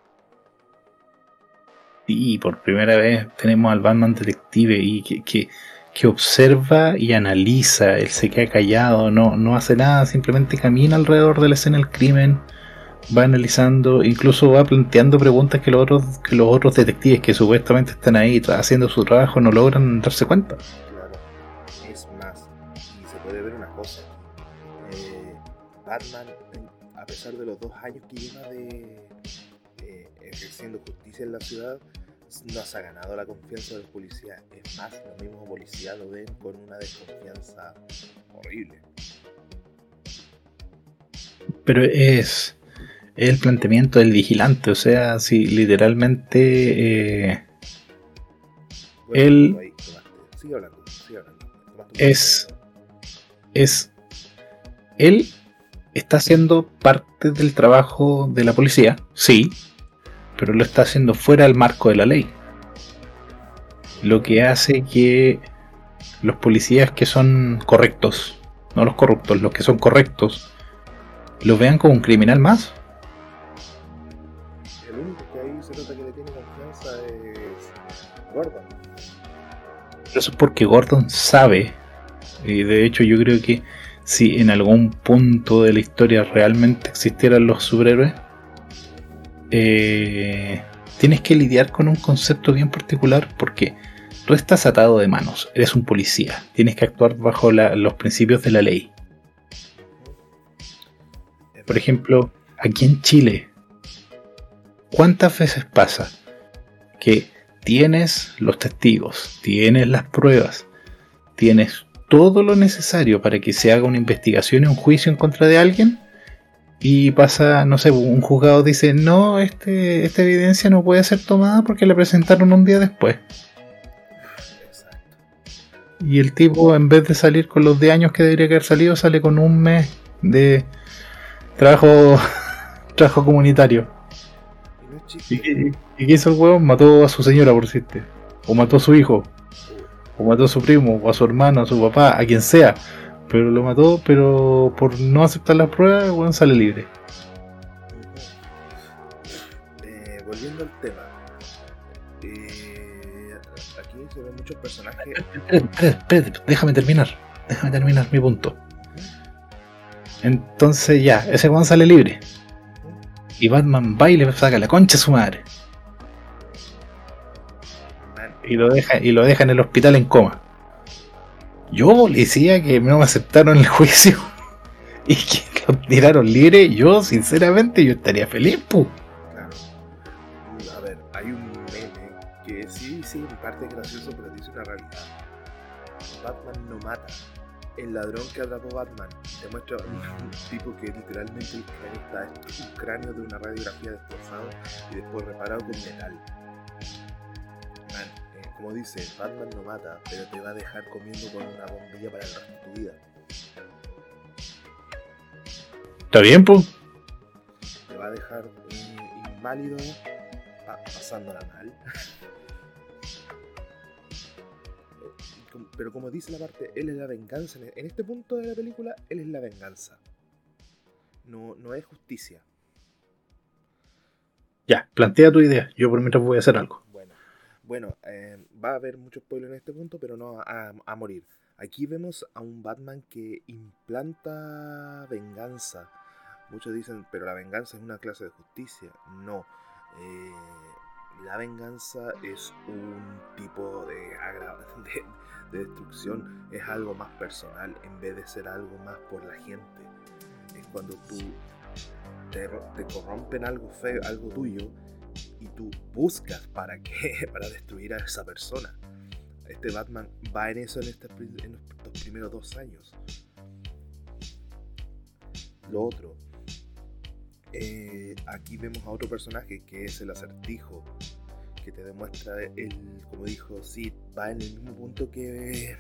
Y por primera vez tenemos al Batman detective y que observa y analiza. Él se queda callado, no hace nada, simplemente camina alrededor de la escena del crimen, va analizando, incluso va planteando preguntas que los otros detectives que supuestamente están ahí haciendo su trabajo no logran darse cuenta. Claro, es más, cosa. Batman, a pesar de los 2 años que lleva de ejerciendo justicia en la ciudad, no se ha ganado la confianza de los policías. Es más, los mismos policías lo ven con una desconfianza horrible. Pero es el planteamiento del vigilante, o sea, si literalmente él ahí, sigue hablando. es él está haciendo parte del trabajo de la policía, sí, pero lo está haciendo fuera del marco de la ley. Lo que hace que los policías que son correctos, no los corruptos, los que son correctos, lo vean como un criminal más. El único que ahí se nota que le tiene confianza es Gordon. Pero eso es porque Gordon sabe, y de hecho yo creo que si en algún punto de la historia realmente existieran los superhéroes, tienes que lidiar con un concepto bien particular, porque tú estás atado de manos, eres un policía, tienes que actuar bajo los principios de la ley. Por ejemplo, aquí en Chile, ¿cuántas veces pasa que tienes los testigos, tienes las pruebas, tienes todo lo necesario para que se haga una investigación y un juicio en contra de alguien, y pasa, no sé, un juzgado dice, no, esta evidencia no puede ser tomada porque la presentaron un día después? Exacto. Y el tipo, en vez de salir con los 10 años que debería haber salido, sale con un mes de trabajo comunitario. Y no es ¿Y chiste. qué hizo el huevón? Mató a su señora, por decirte. O mató a su hijo. O mató a su primo, o a su hermano, a su papá, a quien sea. Pero lo mató, pero por no aceptar las pruebas, el huevón sale libre. Volviendo al tema. Aquí se ven muchos personajes. Espérate, déjame terminar mi punto. Entonces ya, ese huevón sale libre. Y Batman va y le saca la concha a su madre. Y lo deja en el hospital en coma. Yo, policía, que no me aceptaron el juicio y que lo tiraron libre, yo sinceramente yo estaría feliz, pu. Claro. A ver, hay un meme que sí, en parte es gracioso, pero dice una realidad. Batman no mata. El ladrón que atrapó Batman demuestra un tipo que literalmente el cráneo está un cráneo de una radiografía destrozado y después reparado con metal. Man, como dice, Batman no mata, pero te va a dejar comiendo con una bombilla para el resto de tu vida. ¿Está bien, pu? Te va a dejar inválido, pasándola mal. Pero como dice la parte, él es la venganza. En este punto de la película, él es la venganza. No es justicia. Ya, plantea tu idea. Yo por mientras voy a hacer algo. Bueno, va a haber mucho spoiler en este punto, pero no a morir. Aquí vemos a un Batman que implanta venganza. Muchos dicen, pero la venganza es una clase de justicia. No. La venganza es un tipo de destrucción, es algo más personal en vez de ser algo más por la gente. Es cuando tú te corrompen algo feo, algo tuyo, y tú buscas para destruir a esa persona. Este Batman va en eso en estos primeros 2 años. Lo otro, aquí vemos a otro personaje que es el Acertijo, que te demuestra como dijo Sid, va en el mismo punto que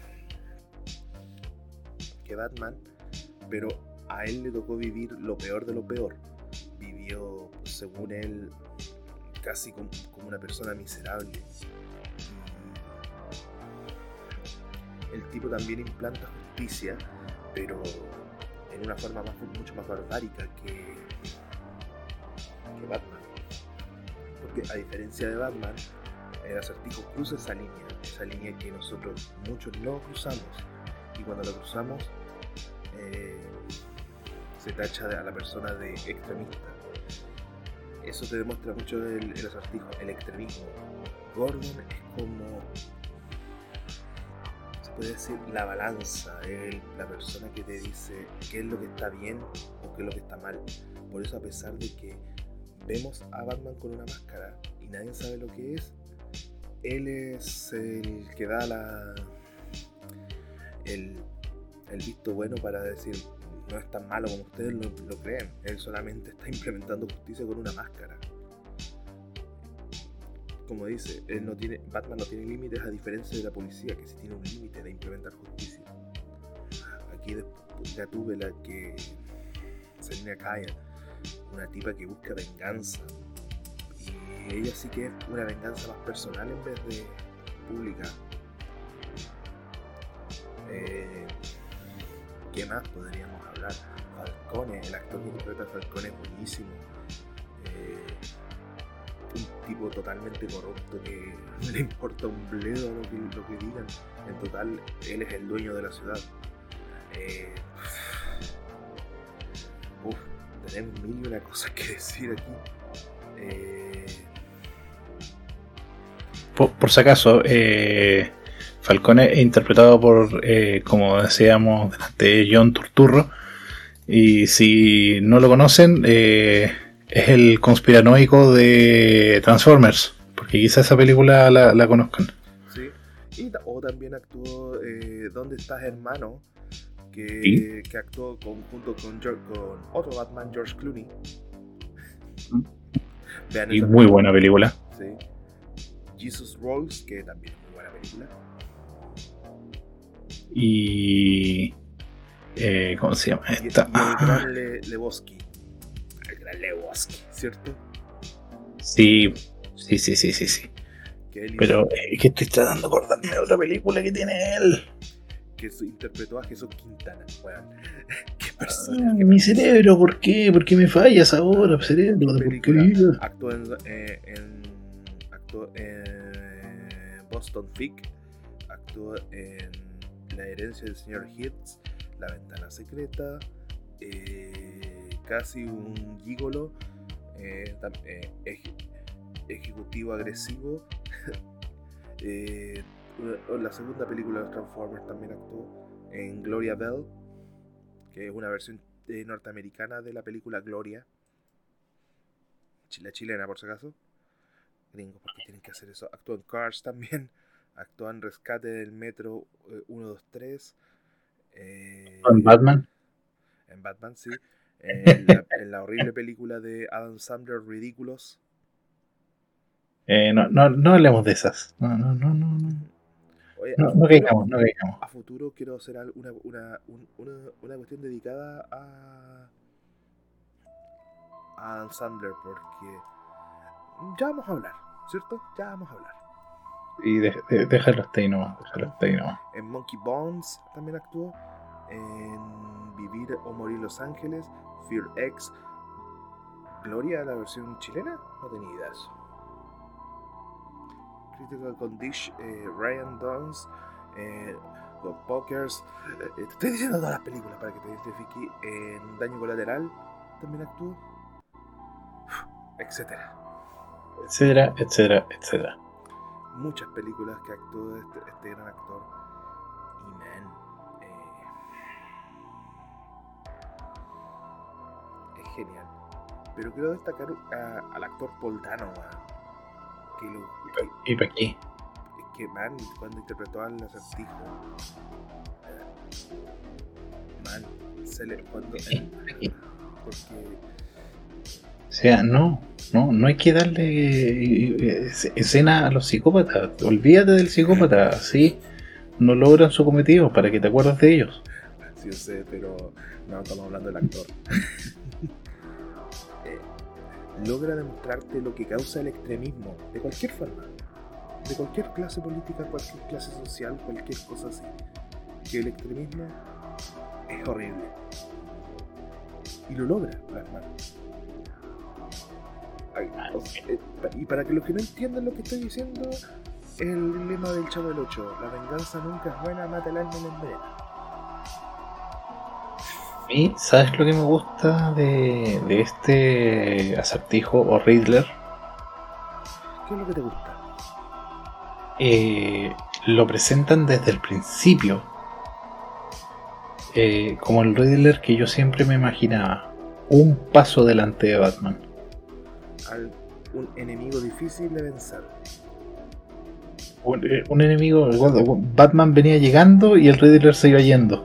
Batman, pero a él le tocó vivir lo peor de lo peor. Vivió, según él, casi como una persona miserable. Y el tipo también implanta justicia, pero en una forma mucho más barbárica que Batman. Porque a diferencia de Batman, el Acertijo cruza esa línea que nosotros muchos no cruzamos, y cuando lo cruzamos se tacha a la persona de extremista. Eso te demuestra mucho el Acertijo, el extremismo. Gordon es como... puede decir la balanza, la persona que te dice qué es lo que está bien o qué es lo que está mal. Por eso, a pesar de que vemos a Batman con una máscara y nadie sabe lo que es, él es el que da el visto bueno para decir no es tan malo como ustedes lo creen. Él solamente está implementando justicia con una máscara. Como dice, Batman no tiene límites, a diferencia de la policía, que sí tiene un límite de implementar justicia. Aquí ya tuve la que Selina Kyle, una tipa que busca venganza, y ella sí que es una venganza más personal en vez de pública. ¿Qué más podríamos hablar? Falcone, el actor que interpreta a Falcone es buenísimo. Un tipo totalmente corrupto que no le importa un bledo lo que digan. En total, él es el dueño de la ciudad. Tenemos mil y una cosas que decir aquí. Por si acaso, Falcone es interpretado por, como decíamos delante, John Turturro. Y si no lo conocen, es el conspiranoico de Transformers, porque quizás esa película la conozcan. Sí, o también actuó ¿Dónde estás, hermano? Que actuó junto con otro Batman, George Clooney. Vean, y muy buena película. Sí. Jesus Rolls, que también es muy buena película. Y ¿cómo se llama esta? Y el gran Lebowski. El gran Lebowski, ¿cierto? Sí. Pero que estoy tratando de acordarme de otra película que tiene él. Que interpretó a Jesús Quintana. Bueno, qué persona. Mi cerebro, ¿por qué? ¿Por qué me fallas ahora, cerebro? Actuó en Boston Fig. Actuó en La herencia del señor Hitz, La ventana secreta, Casi un gigolo, ejecutivo agresivo. La segunda película de los Transformers también actuó en Gloria Bell, que es una versión norteamericana de la película Gloria, la chilena por si acaso. Gringos, porque tienen que hacer eso. Actuó en Cars también. Actuó en Rescate del Metro 123. ¿En Batman? En Batman, sí. En la horrible película de Adam Sandler, Ridiculous. No hablemos de esas. No. Oye, no caigamos. A futuro quiero hacer una cuestión dedicada a Adam Sandler, porque ya vamos a hablar, ¿cierto? Ya vamos a hablar. Y déjalo hasta ahí nomás. En Monkey Bones también actuó. En Vivir o Morir Los Ángeles, Fear X. Gloria, la versión chilena, no tenía idea de eso. Critical Condition, Ryan Dawes, The Pokers. Te estoy diciendo todas las películas para que te identifique. En Daño Colateral también actuó, etcétera. Muchas películas que actuó este gran actor. Y es genial. Pero quiero destacar al actor Paul Dano, ¿Y para qué? Es que, man, cuando interpretó al Acertijo, porque... O sea, no hay que darle escena a los psicópatas. Olvídate del psicópata, así no logran su cometido, para que te acuerdes de ellos. Sí, yo sé, pero no estamos hablando del actor. Logra demostrarte lo que causa el extremismo, de cualquier forma, de cualquier clase política, cualquier clase social, cualquier cosa así. Que el extremismo es horrible. Y lo logra plasmar. Y para que los que no entiendan lo que estoy diciendo, el lema del Chavo del 8: la venganza nunca es buena, mata el alma y la envenena. ¿Y sabes lo que me gusta de este Acertijo o Riddler? ¿Qué es lo que te gusta? lo presentan desde el principio como el Riddler que yo siempre me imaginaba, un paso delante de Batman. Un enemigo difícil de vencer. Un enemigo, Batman venía llegando y el Riddler se iba yendo.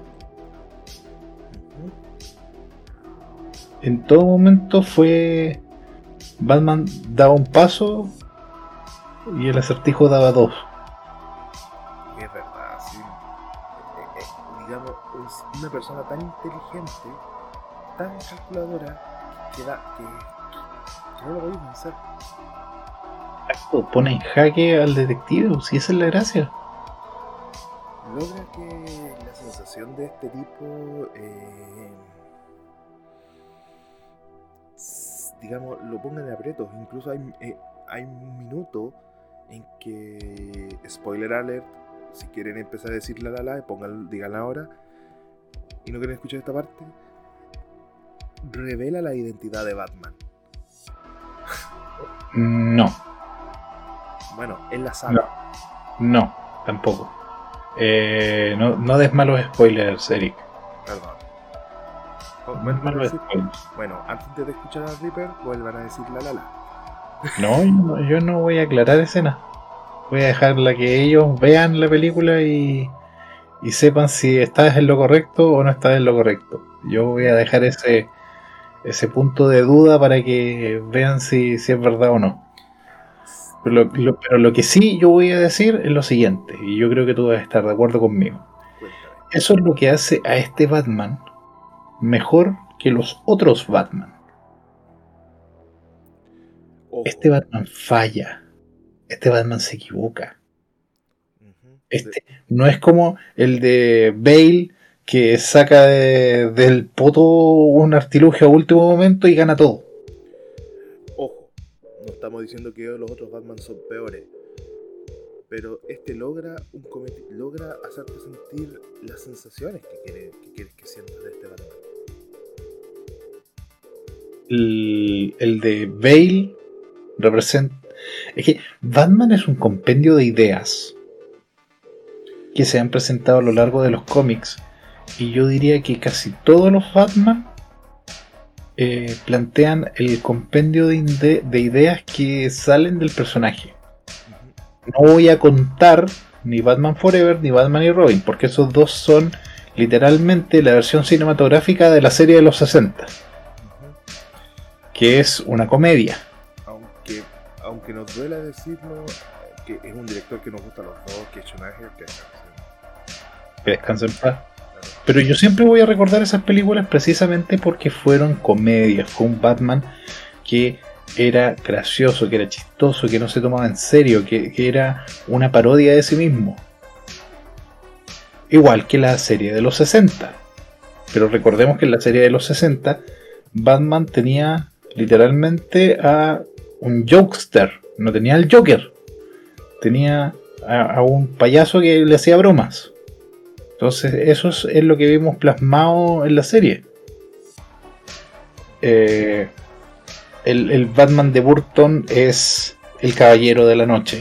En todo momento fue Batman daba un paso y el Acertijo daba dos. Es verdad, sí. Digamos, es una persona tan inteligente, tan calculadora, que no lo voy a vencer. Exacto, pone en jaque al detective, si esa es la gracia. Logra que la sensación de este tipo, digamos, lo ponga en aprietos. Incluso hay un minuto en que, spoiler alert, si quieren empezar a decir díganla ahora, y no quieren escuchar esta parte, revela la identidad de Batman. No. Bueno, en la saga. No, tampoco. No des malos spoilers, Eric. Perdón. Bueno, antes de escuchar a Reaper, vuelvan a decir la. No, yo no voy a aclarar escena. Voy a dejarla que ellos vean la película y sepan si estás en lo correcto o no estás en lo correcto. Yo voy a dejar ese punto de duda para que vean si es verdad o no. Pero lo que sí yo voy a decir es lo siguiente, y yo creo que tú vas a estar de acuerdo conmigo. Eso es lo que hace a este Batman mejor que los otros Batman. Este Batman falla. Este Batman se equivoca. Este no es como el de Bale, que saca del poto un artilugio a último momento y gana todo. Ojo, no estamos diciendo que los otros Batman son peores, pero este logra hacerte sentir las sensaciones que quieres que sientas de este Batman. El de Bale representa... Es que Batman es un compendio de ideas que se han presentado a lo largo de los cómics, y yo diría que casi todos los Batman plantean el compendio de ideas que salen del personaje. No voy a contar ni Batman Forever ni Batman y Robin, porque esos dos son literalmente la versión cinematográfica de la serie de los 60, que es una comedia. Aunque nos duela decirlo, que es un director que nos gusta a los dos, que es Schumacher, que descanse en paz. Pero yo siempre voy a recordar esas películas precisamente porque fueron comedias. Fue un Batman que era gracioso, que era chistoso, que no se tomaba en serio, que era una parodia de sí mismo. Igual que la serie de los 60. Pero recordemos que en la serie de los 60 Batman tenía literalmente a un jokester, no tenía al Joker, tenía a un payaso que le hacía bromas. Entonces eso es lo que vimos plasmado en la serie. El Batman de Burton es el caballero de la noche,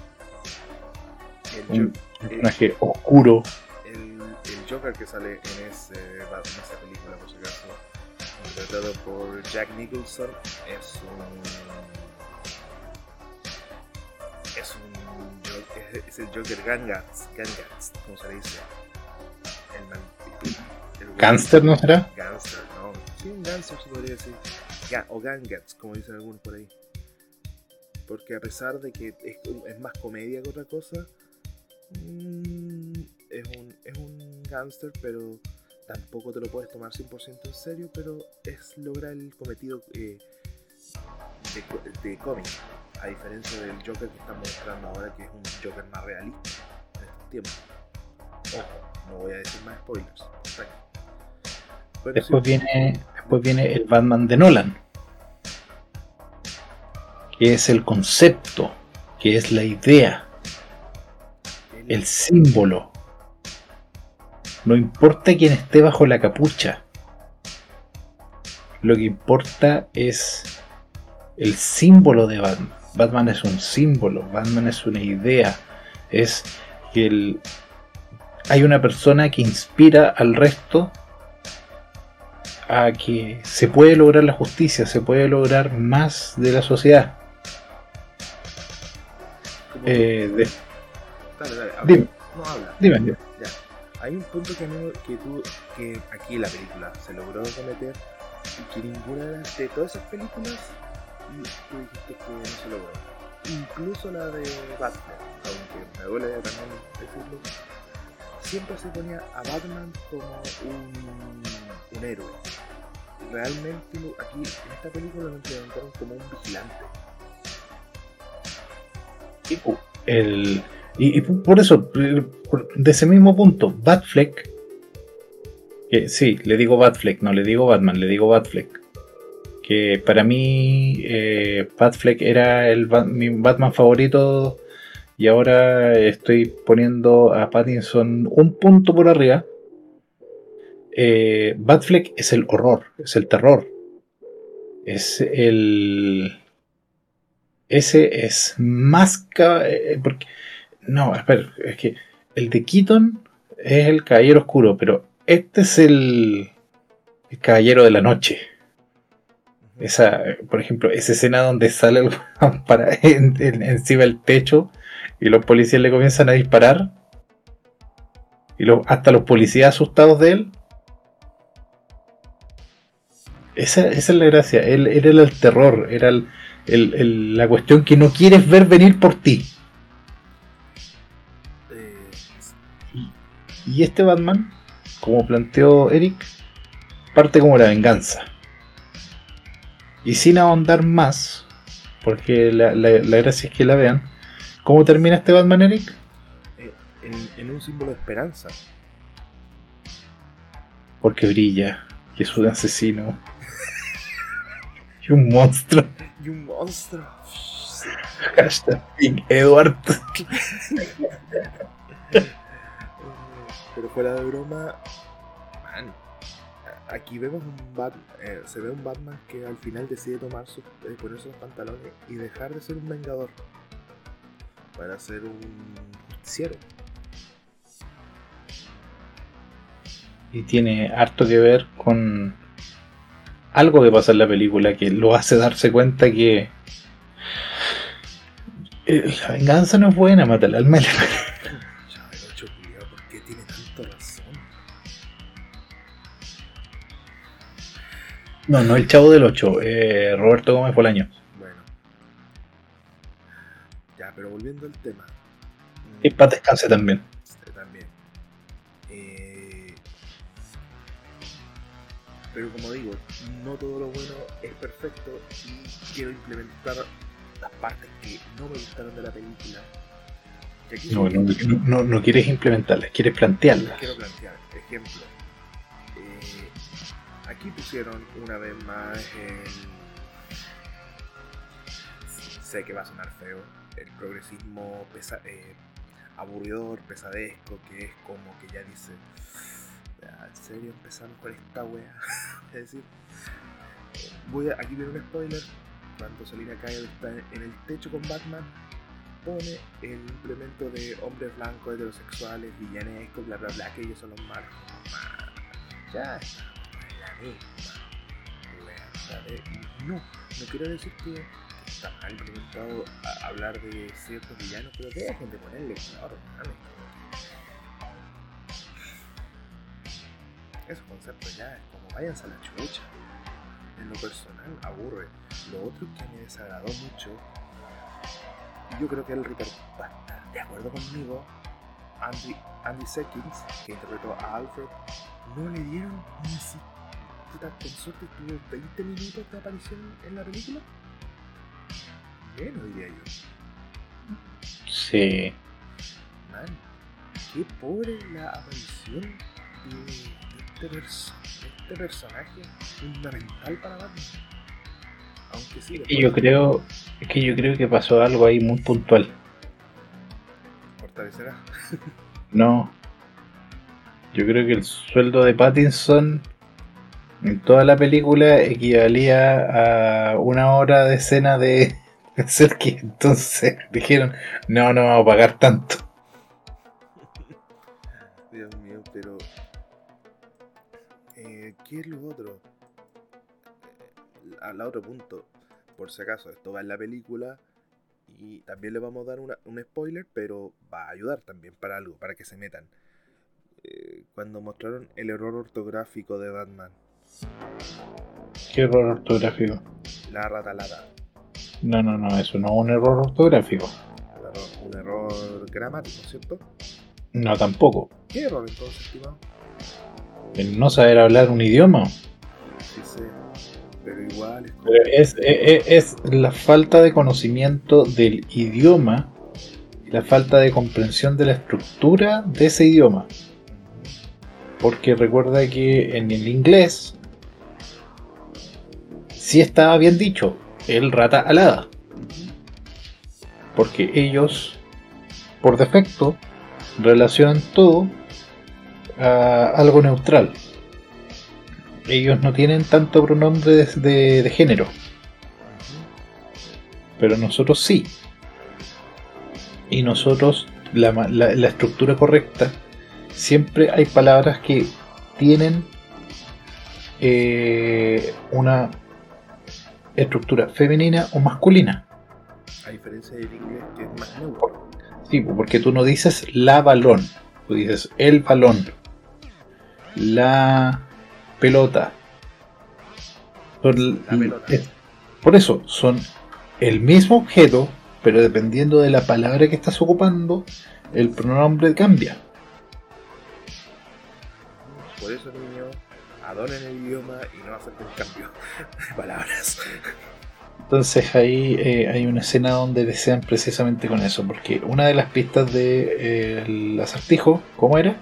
un personaje oscuro. El Joker que sale en esa película, por si acaso, interpretado por Jack Nicholson, es el Joker Gangats, como se le dice. ¿Gangster no será? Gangster, no. Sí, un gangster se podría decir. O Gangats, como dicen algunos por ahí. Porque a pesar de que es más comedia que otra cosa, es un gangster, pero tampoco te lo puedes tomar 100% en serio, pero es lograr el cometido de cómic, a diferencia del Joker que estamos mostrando ahora, que es un Joker más realista en estos tiempos. Ojo, no voy a decir más spoilers. Bueno, después viene el Batman de Nolan, que es el concepto, que es la idea, el símbolo. No importa quién esté bajo la capucha, lo que importa es el símbolo de Batman. Batman es un símbolo, Batman es una idea, es que hay una persona que inspira al resto a que se puede lograr la justicia, se puede lograr más de la sociedad. Dale, dale, Dime. No habla. Dime. Ya. Hay un punto que aquí en la película se logró cometer y que ninguna de todas esas películas tú dijiste que no se logró. Incluso la de Batman, aunque me duele también decirlo, siempre se ponía a Batman como un héroe. Realmente aquí en esta película lo implementaron como un vigilante. Y por eso, de ese mismo punto, Batfleck, que sí, le digo Batfleck, no le digo Batman, le digo Batfleck, que para mí Batfleck era mi Batman favorito, y ahora estoy poniendo a Pattinson un punto por arriba. Batfleck es el horror, es el terror, ese es más porque no, espera, es que el de Keaton es el caballero oscuro, pero este es el caballero de la noche. Esa, por ejemplo, esa escena donde sale el encima del techo y los policías le comienzan a disparar y hasta los policías asustados de él. Esa es la gracia. Él era el terror, era la cuestión que no quieres ver venir por ti. Y este Batman, como planteó Eric, parte como la venganza. Y sin ahondar más, porque la gracia es que la vean, ¿cómo termina este Batman, Eric? En un símbolo de esperanza. Porque brilla, que es un asesino. Y un monstruo. Y un monstruo. Hashtag Edward. Pero fuera de broma, man, aquí vemos se ve un Batman que al final decide ponerse los pantalones y dejar de ser un vengador para ser un justiciero. Y tiene harto que ver con algo que pasa en la película que lo hace darse cuenta que la venganza no es buena, mata al alma. ¿Por qué tiene tanta razón? No el Chavo del 8, Roberto Gómez Bolaño. Bueno. Ya, pero volviendo al tema. Y para descanse también. También. Pero como digo, no todo lo bueno es perfecto y quiero implementar las partes que no me gustaron de la película. No quieres implementarlas, quieres plantearlas. Quiero plantear, ejemplo. Aquí pusieron una vez más sé que va a sonar feo, el progresismo aburridor, pesadesco, que es como que ya dice, ¿en serio empezamos con esta wea? Es decir, aquí viene un spoiler. Cuando Selina Kyle está en el techo con Batman, pone el implemento de hombres blancos, heterosexuales, villanescos, bla bla bla, que ellos son los malos. Ya está, la misma. No quiero decir que está mal implementado hablar de ciertos villanos, pero dejen de ponerle color, esos conceptos ya es como váyanse a la chucha. En lo personal aburre. Lo otro que me desagradó mucho, y yo creo que el Ripper va a estar de acuerdo conmigo, Andy Serkis, que interpretó a Alfred, no le dieron ni siquiera, con suerte tuvo 20 minutos de aparición en la película. Menos diría yo. Sí. Man, qué pobre la aparición de este personaje fundamental para Batman. Aunque sí. Y yo creo que pasó algo ahí muy puntual. ¿Fortalecerá? No. Yo creo que el sueldo de Pattinson en toda la película equivalía a una hora de escena de Serkis. Entonces dijeron, no vamos a pagar tanto. ¿Qué es lo otro? Al otro punto, por si acaso, esto va en la película y también le vamos a dar un spoiler, pero va a ayudar también para algo, para que se metan. Cuando mostraron el error ortográfico de Batman, ¿Qué error ortográfico? la ratalada, No, eso no es un error ortográfico. un error gramático, ¿cierto? No, tampoco. ¿Qué error entonces, estimado? El no saber hablar un idioma. Sí sé, pero igual es como... Pero es la falta de conocimiento del idioma y la falta de comprensión de la estructura de ese idioma. Porque recuerda que en el inglés sí estaba bien dicho, el rata alada. Porque ellos, por defecto, relacionan todo a algo neutral. Ellos no tienen tanto pronombre de género. Pero nosotros sí. Y nosotros, la estructura correcta, siempre hay palabras que tienen una estructura femenina o masculina. A diferencia del inglés, que es más neutro. Sí, porque tú no dices la balón, tú dices el balón, la pelota. La pelota. Por eso, son el mismo objeto, pero dependiendo de la palabra que estás ocupando, el pronombre cambia. Por eso, niños, adoren el idioma y no acepten cambio de palabras. Entonces ahí hay una escena donde desean precisamente con eso, porque una de las pistas de el acertijo, ¿cómo era?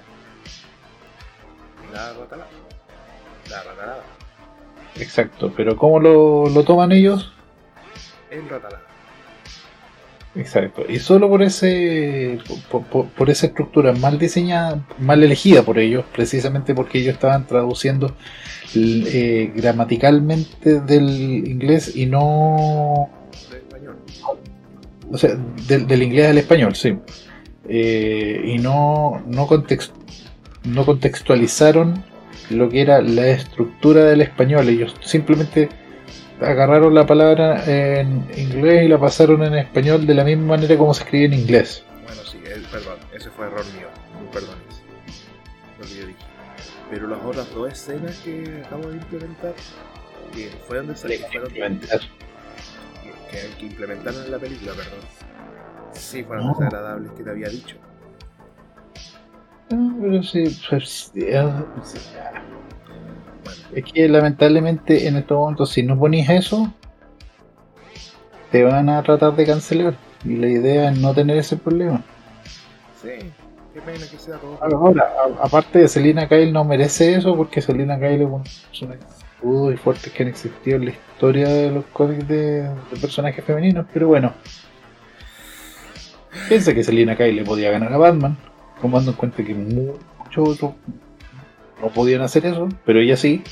La ratalada. La ratalada. Exacto, pero ¿cómo lo toman ellos? El ratalada. Exacto, y solo por por esa estructura mal diseñada, mal elegida por ellos, precisamente porque ellos estaban traduciendo gramaticalmente del inglés y no... De español. O sea, del inglés al español, sí. Y no contextualizaron lo que era la estructura del español. Ellos simplemente agarraron la palabra en inglés y la pasaron en español de la misma manera como se escribe en inglés. Bueno, sí, perdón, ese fue error mío. Muy perdones. Lo que yo dije. Pero las otras dos escenas que acabo de implementar, que fueron que implementaron en la película, perdón, sí fueron desagradables que te había dicho. Pero sí, es que lamentablemente en estos momentos, si no ponís eso, te van a tratar de cancelar. Y la idea es no tener ese problema. Sí, qué pena que sea todo. Ahora, aparte de Selina Kyle, no merece eso, porque Selina Kyle es una persona y fuertes que han existido en la historia de los cómics de personajes femeninos. Pero bueno, piensa que Selina Kyle le podía ganar a Batman, tomando en cuenta que muchos otros no podían hacer eso, pero ella sí.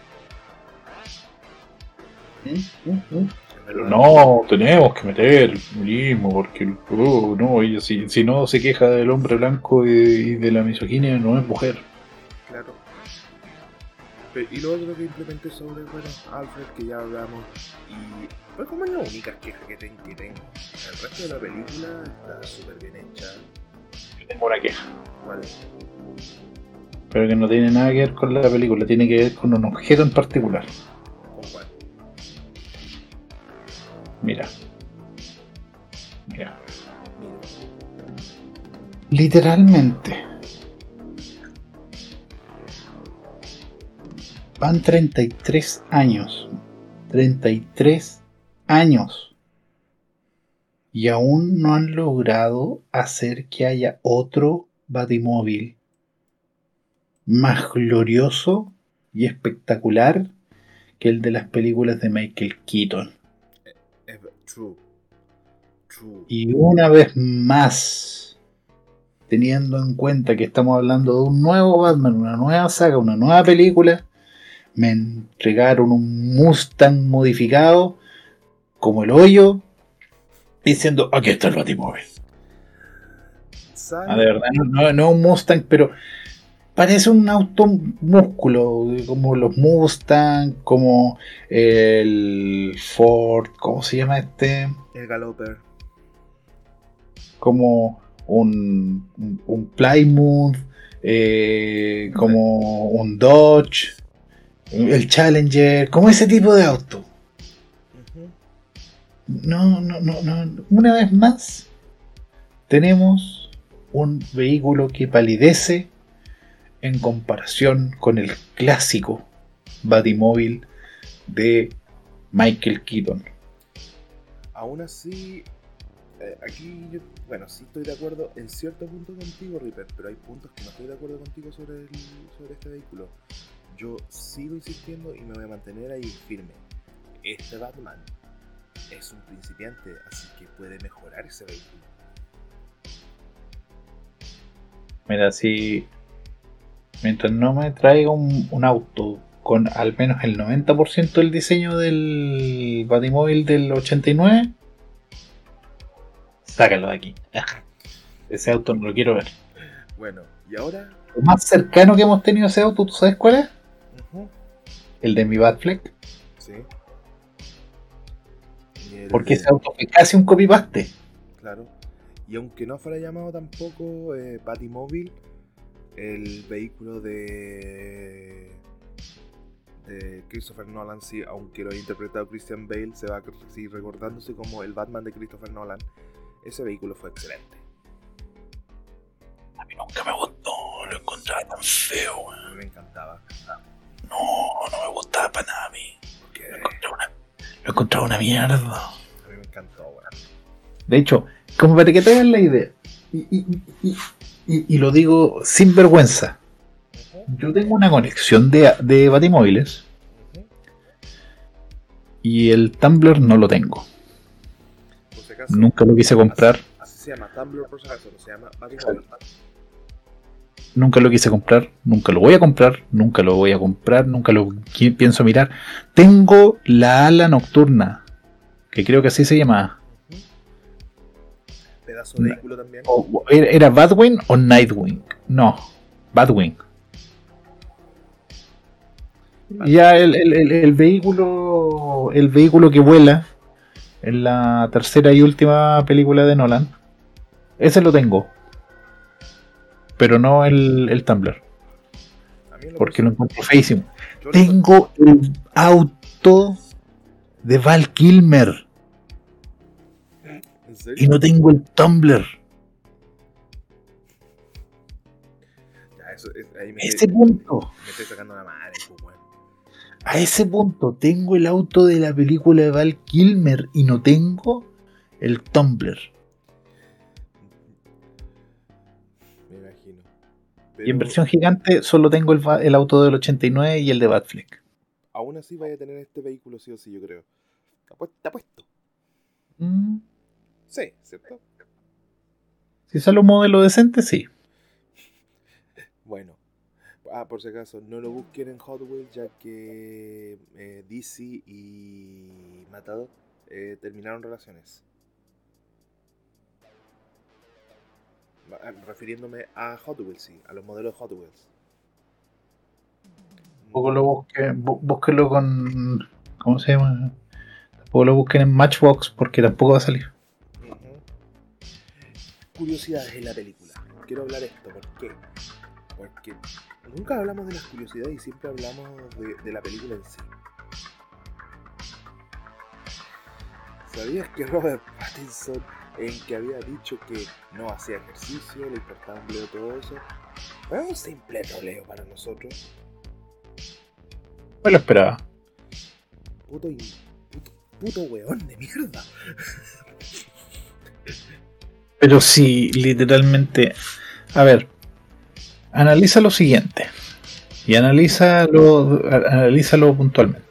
Pero no, tenemos que meter el feminismo, porque no, ella si no se queja del hombre blanco y de la misoginia, no es mujer. Claro. Y lo otro que implementé sobre, bueno, Alfred, que ya hablamos, y fue como la única queja que tengo. El resto de la película está súper bien hecha. Yo tengo una queja. ¿Cuál? Pero que no tiene nada que ver con la película, tiene que ver con un objeto en particular. ¿Con cuál? Mira. Literalmente. Van 33 años. 33 años. Y aún no han logrado hacer que haya otro Batimóvil más glorioso y espectacular que el de las películas de Michael Keaton. True. Y una vez más, teniendo en cuenta que estamos hablando de un nuevo Batman, una nueva saga, una nueva película, me entregaron un Mustang modificado como el hoyo, diciendo, aquí está el Batimóvil. De verdad, no un Mustang, pero parece un auto músculo, como los Mustang, como el Ford, ¿cómo se llama este? El Galloper. Como un Plymouth, como un Dodge, el Challenger, como ese tipo de auto. Ujú. No. Una vez más, tenemos un vehículo que palidece en comparación con el clásico Batimóvil de Michael Keaton. Aún así, aquí yo, bueno, sí estoy de acuerdo en cierto punto contigo, Ripper, pero hay puntos que no estoy de acuerdo contigo sobre este vehículo. Yo sigo insistiendo y me voy a mantener ahí firme. Este Batman es un principiante, así que puede mejorar ese vehículo. Mira, si mientras no me traiga un auto con al menos el 90% del diseño del Batimóvil del 89, sácalo de aquí. Ese auto no lo quiero ver. Bueno, y ahora... Lo más cercano que hemos tenido a ese auto, ¿tú sabes cuál es? Uh-huh. El de mi Batfleck. Sí. Porque ese auto fue casi un copy-paste. Claro. Y aunque no fuera llamado tampoco Batimóvil, el vehículo de Christopher Nolan, sí, aunque lo haya interpretado Christian Bale, se va a seguir recordándose como el Batman de Christopher Nolan. Ese vehículo fue excelente. A mí nunca me gustó, lo encontraba tan feo. A mí me encantaba. No me gustaba para nada a mí. Porque Lo encontraba una mierda. a mí me encantó, weón. De hecho, como para que te hagan la idea, y lo digo sin vergüenza, yo tengo una conexión de batimóviles y el Tumblr no lo tengo. Por si acaso, Nunca lo quise comprar. Así se llama Tumblr, por si acaso, no se llama Batimóvil. Nunca lo quise comprar, nunca lo voy a comprar, nunca lo voy a comprar, nunca lo pienso mirar. Tengo la ala nocturna, que creo que así se llama. Pedazo de vehículo también. ¿Era Batwing o Nightwing? No, Batwing. Ya el vehículo que vuela en la tercera y última película de Nolan, ese lo tengo, pero no el Tumblr, porque lo encuentro feísimo. Tengo el auto de Val Kilmer y no tengo el Tumblr. Ese punto. Me estoy sacando la madre, pues, bueno. A ese punto tengo el auto de la película de Val Kilmer y no tengo el Tumblr. Me imagino. Pero... Y en versión gigante solo tengo el auto del 89 y el de Batfleck. Aún así vaya a tener este vehículo sí o sí, yo creo. ¿Te apuesto? Sí, ¿cierto? Si sale un modelo decente, sí. Bueno. Por si acaso, no lo busquen en Hot Wheels, ya que DC y Matador terminaron relaciones. Refiriéndome a Hot Wheels, sí, a los modelos de Hot Wheels. Tampoco lo busquen, búsquenlo con... ¿Cómo se llama? Tampoco lo busquen en Matchbox porque tampoco va a salir. Curiosidades en la película. Quiero hablar esto, ¿por qué? Porque nunca hablamos de las curiosidades y siempre hablamos de la película en sí. ¿Sabías que Robert Pattinson, en que había dicho que no hacía ejercicio, le importaba un bleo todo eso? Fue un simple troleo para nosotros. Me lo esperaba. Puto weón de mierda. Pero sí, literalmente... A ver, analiza lo siguiente. Y analízalo puntualmente.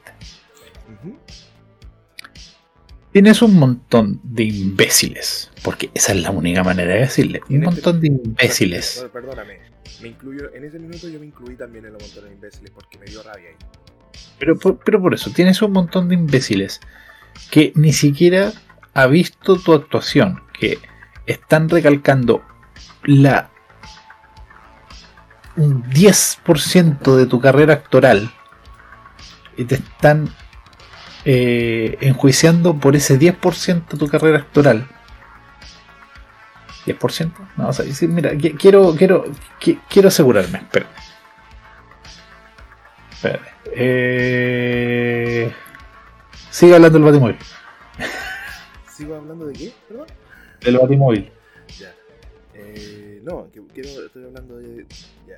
Tienes un montón de imbéciles. Porque esa es la única manera de decirle. Un montón de imbéciles. Perdóname. Me incluyo, en ese minuto yo me incluí también en los montón de imbéciles porque me dio rabia ahí. Pero por eso, tienes un montón de imbéciles que ni siquiera ha visto tu actuación. Que están recalcando un 10% de tu carrera actoral y te están enjuiciando por ese 10% de tu carrera actoral. ¿10%? No, o sea, sí, mira, quiero asegurarme. Espérate. Sigue hablando del Batimóvil. ¿Sigo hablando de qué? ¿Perdón? Del Batimóvil. Ya. No, estoy hablando de... Ya.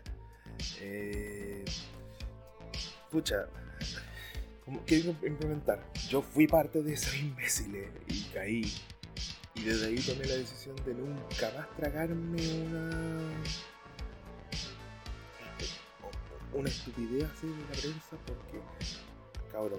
Pucha. ¿Cómo quiero implementar? Yo fui parte de esos imbéciles y caí. Y desde ahí tomé la decisión de nunca más tragarme una estupidez así de la prensa, porque, cabrón,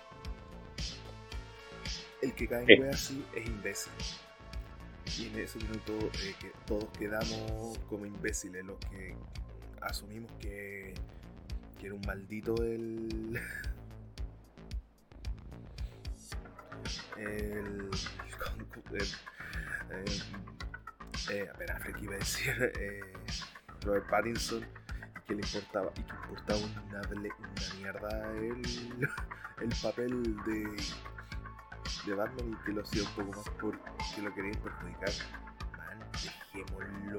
el que cae en wea así es imbécil. Y en ese minuto que todos quedamos como imbéciles, los que asumimos que era un maldito Ben Affleck, iba a decir, Robert Pattinson, y que importaba una mierda el papel de Batman, y que lo hacía un poco más porque lo querían perjudicar. Man, dejémoslo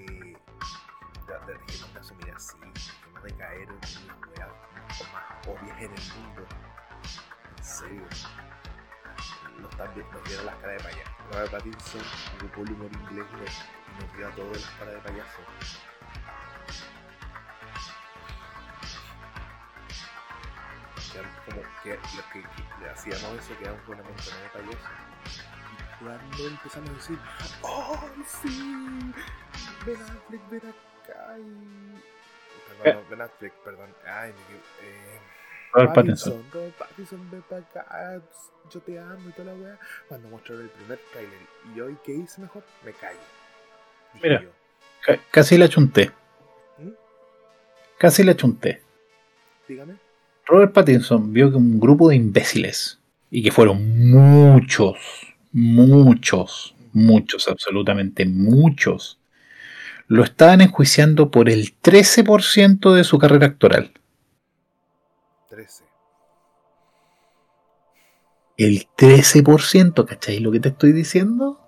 dejemos de asumir así, dejemos de caer en las weas más obvias en el mundo. En serio. Nos dieron las caras de payaso. Robert Pattinson ocupó el humor inglés y nos dio a todos las caras de payaso. Como que los que le hacíamos eso quedamos con una montaña de payaso. Y cuando empezamos a decir, ¡oh, sí! Ben Affleck, ven acá y... Perdón, no, Ben Affleck, perdón. Ay, Robert Pattinson, ven para acá, yo te amo y toda la weá. Cuando mostraron el primer trailer, y hoy, ¿qué hice mejor? Me callo. Mira, casi la chunté. Casi la chunté. Dígame. Robert Pattinson vio que un grupo de imbéciles, y que fueron muchos, absolutamente muchos, lo estaban enjuiciando por el 13% de su carrera actoral. 13. El 13%, ¿cachai lo que te estoy diciendo?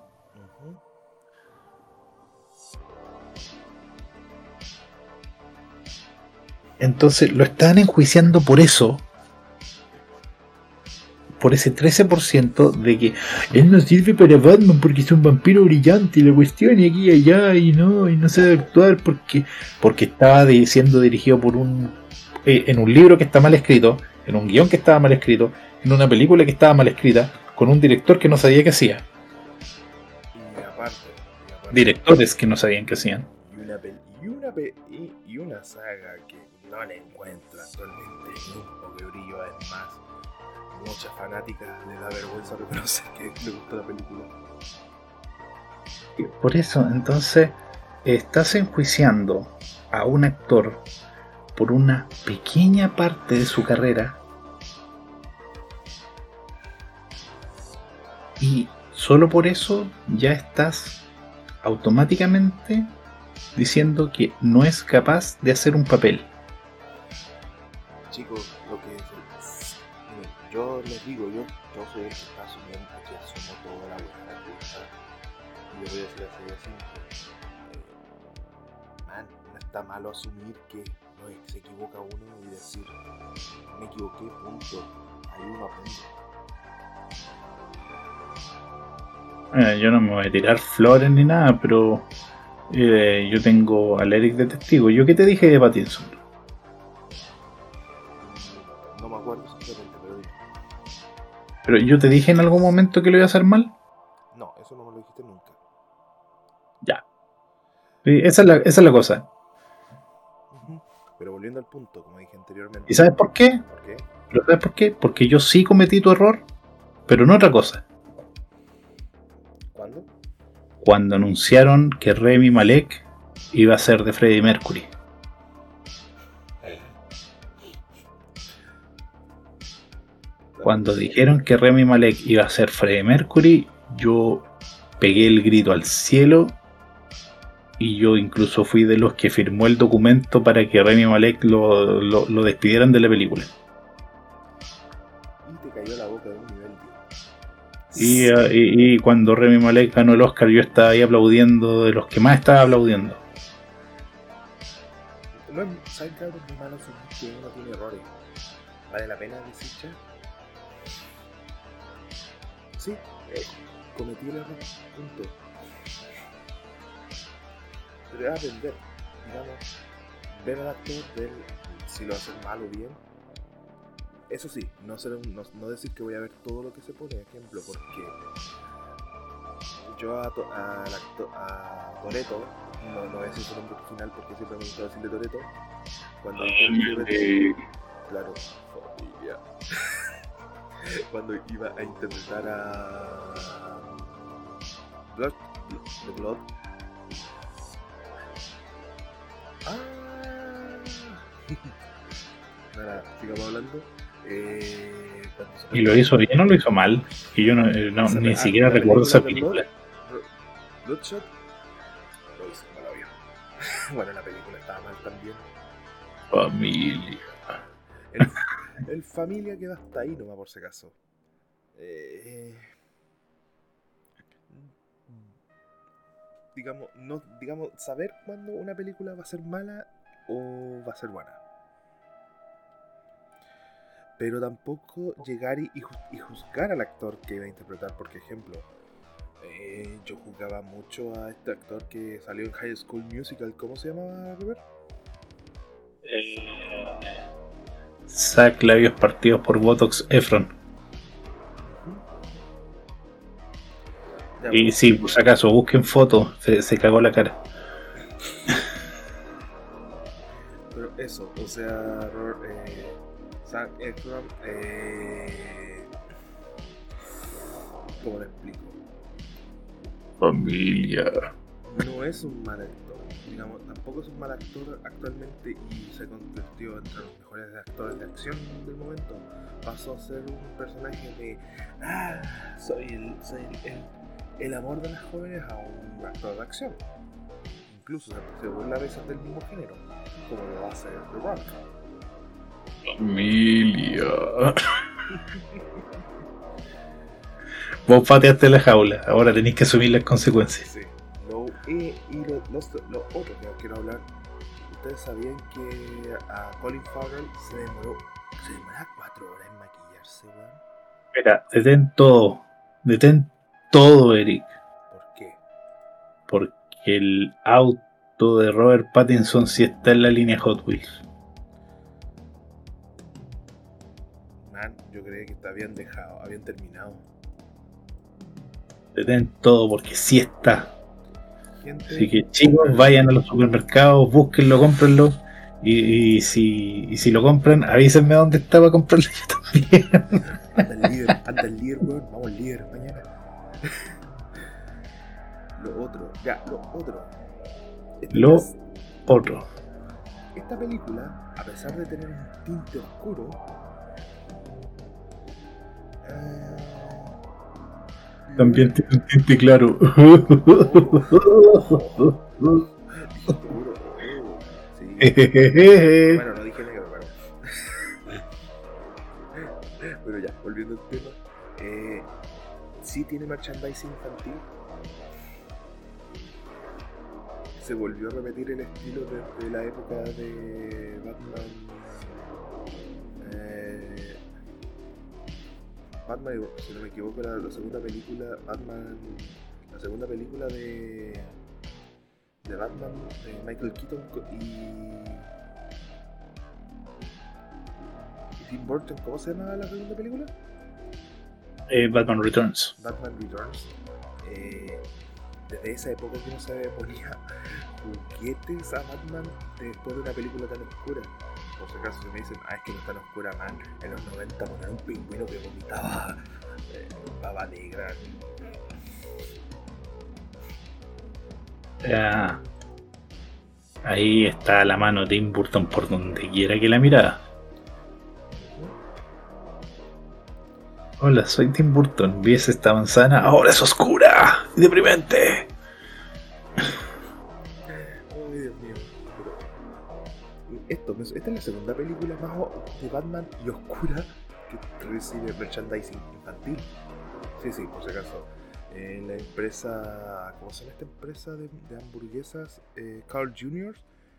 Entonces lo estaban enjuiciando por eso, por ese 13% de que él no sirve para Batman porque es un vampiro brillante y la cuestión y aquí y allá y no sabe actuar porque estaba siendo dirigido por en un libro que está mal escrito, en un guión que estaba mal escrito, en una película que estaba mal escrita, con un director que no sabía qué hacía. Y aparte directores que no sabían qué hacían. Y una saga que no le encuentro actualmente ni un poco de brillo. Además, muchas fanáticas les da vergüenza reconocer que le gustó la película. Por eso, entonces, estás enjuiciando a un actor por una pequeña parte de su carrera y solo por eso ya estás automáticamente diciendo que no es capaz de hacer un papel. Chicos, yo les digo, yo soy el que está asumiendo, que asumo toda la buena culpa. Y yo voy a decir así, man, no está malo asumir que se equivoca uno y decir, me equivoqué, punto. Ahí uno aprende. Yo no me voy a tirar flores ni nada, pero yo tengo al Eric de testigo. ¿Yo qué te dije de Pattinson? No me acuerdo simplemente, pero yo te dije en algún momento que lo iba a hacer mal. No, eso no me lo dijiste nunca. Ya. Sí, esa es la cosa. Pero volviendo al punto, como dije anteriormente. ¿Y sabes por qué? ¿Por qué? ¿Pero sabes por qué? Porque yo sí cometí tu error, pero no otra cosa. ¿Cuándo? Cuando anunciaron que Rami Malek iba a ser de Freddie Mercury. Cuando dijeron que Rami Malek iba a ser Freddie Mercury, yo pegué el grito al cielo y yo incluso fui de los que firmó el documento para que Rami Malek lo despidieran de la película. Y te cayó la boca de un nivel, tío. Y cuando Rami Malek ganó el Oscar, yo estaba ahí aplaudiendo, de los que más estaba aplaudiendo. No, ¿saben que algo muy malo es que uno tiene errores? ¿Vale la pena decir ya? Sí, cometí el error, punto. Pero es aprender, digamos, ver al actor, ver si lo hace mal o bien. Eso sí, no decir que voy a ver todo lo que se pone, ejemplo, porque yo a Toretto, no voy a decir su nombre original porque siempre me gusta decirle Toretto, cuando claro, familia. Cuando iba a interpretar a Blood. Nada, sigamos hablando. ¿Y lo hizo bien o lo hizo mal? Y yo ni siquiera recuerdo esa película. Bloodshot lo hizo mal, obvio. Bueno, la película estaba mal también. Familia. El familia queda hasta ahí nomás, por si acaso. Digamos, saber cuándo una película va a ser mala o va a ser buena. Pero tampoco llegar y juzgar al actor que va a interpretar. Por ejemplo, yo juzgaba mucho a este actor que salió en High School Musical. ¿Cómo se llamaba, Robert? Zack Labios Partidos por Botox Efron. Y sí, por si acaso, busquen fotos, se cagó la cara. Pero eso, o sea, Zac Efron, ¿cómo lo explico? Familia. No es un mal actor, digamos, tampoco es un mal actor actualmente y se convirtió entre los mejores actores de acción del momento. Pasó a ser un personaje de soy el amor de las jóvenes a un actor de acción. Incluso se burla a veces del mismo género, como lo hace The Rock. Familia. Vos pateaste la jaula, ahora tenéis que asumir las consecuencias. Sí. Lo otro que quiero hablar, ¿ustedes sabían que a Colin Farrell se demoró 4 horas en maquillarse, weón? Mira, detén todo, Eric. ¿Por qué? Porque el auto de Robert Pattinson sí está en la línea Hot Wheels. Man, yo creía que habían terminado. Detén todo porque sí está. Gente, así que chicos, vayan a los supermercados, búsquenlo, cómprenlo. Y si lo compran, avísenme dónde está para comprarlo yo también. Anda el líder, weón. Vamos al líder mañana. Lo otro. Esta película, a pesar de tener un tinte oscuro, también tiene un tinte claro. Oscuro. Sí. Bueno, no dije negro, pero ya, volviendo al tema, sí tiene merchandising infantil. Se volvió a repetir el estilo desde la época de Batman. Batman, si no me equivoco, era la segunda película Batman. La segunda película de Batman de Michael Keaton y Tim Burton. ¿Cómo se llama la segunda película? Batman Returns. Batman Returns. Desde esa época que no se ponía juguetes a Batman después de una película tan oscura. Por si acaso se me dicen, es que no es tan oscura, man. En los 90 poner un pingüino que vomitaba baba negra. Ahí está la mano de Tim Burton por donde quiera que la mirara. Hola, soy Tim Burton. ¿Ves esta manzana? Ahora es oscura y deprimente. Pero esta es la segunda película más de Batman y oscura que recibe merchandising infantil. Sí, por si acaso. La empresa, ¿cómo se llama esta empresa de hamburguesas? Carl Jr.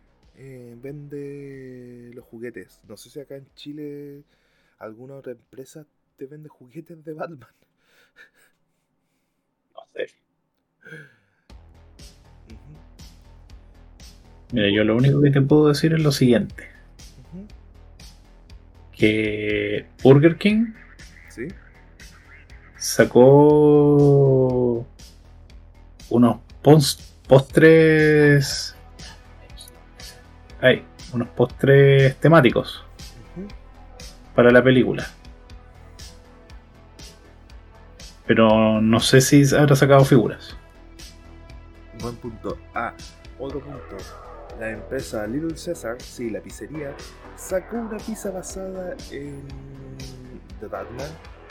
Vende los juguetes. No sé si acá en Chile alguna otra empresa te vende juguetes de Batman. No sé. Uh-huh. Mira, yo lo único que te puedo decir es lo siguiente. Uh-huh. Que Burger King ¿Sí? sacó unos postres. Unos postres temáticos para la película. Pero no sé si habrá sacado figuras. Buen punto. Otro punto. La empresa Little Caesar, sí, la pizzería, sacó una pizza basada en The Batman.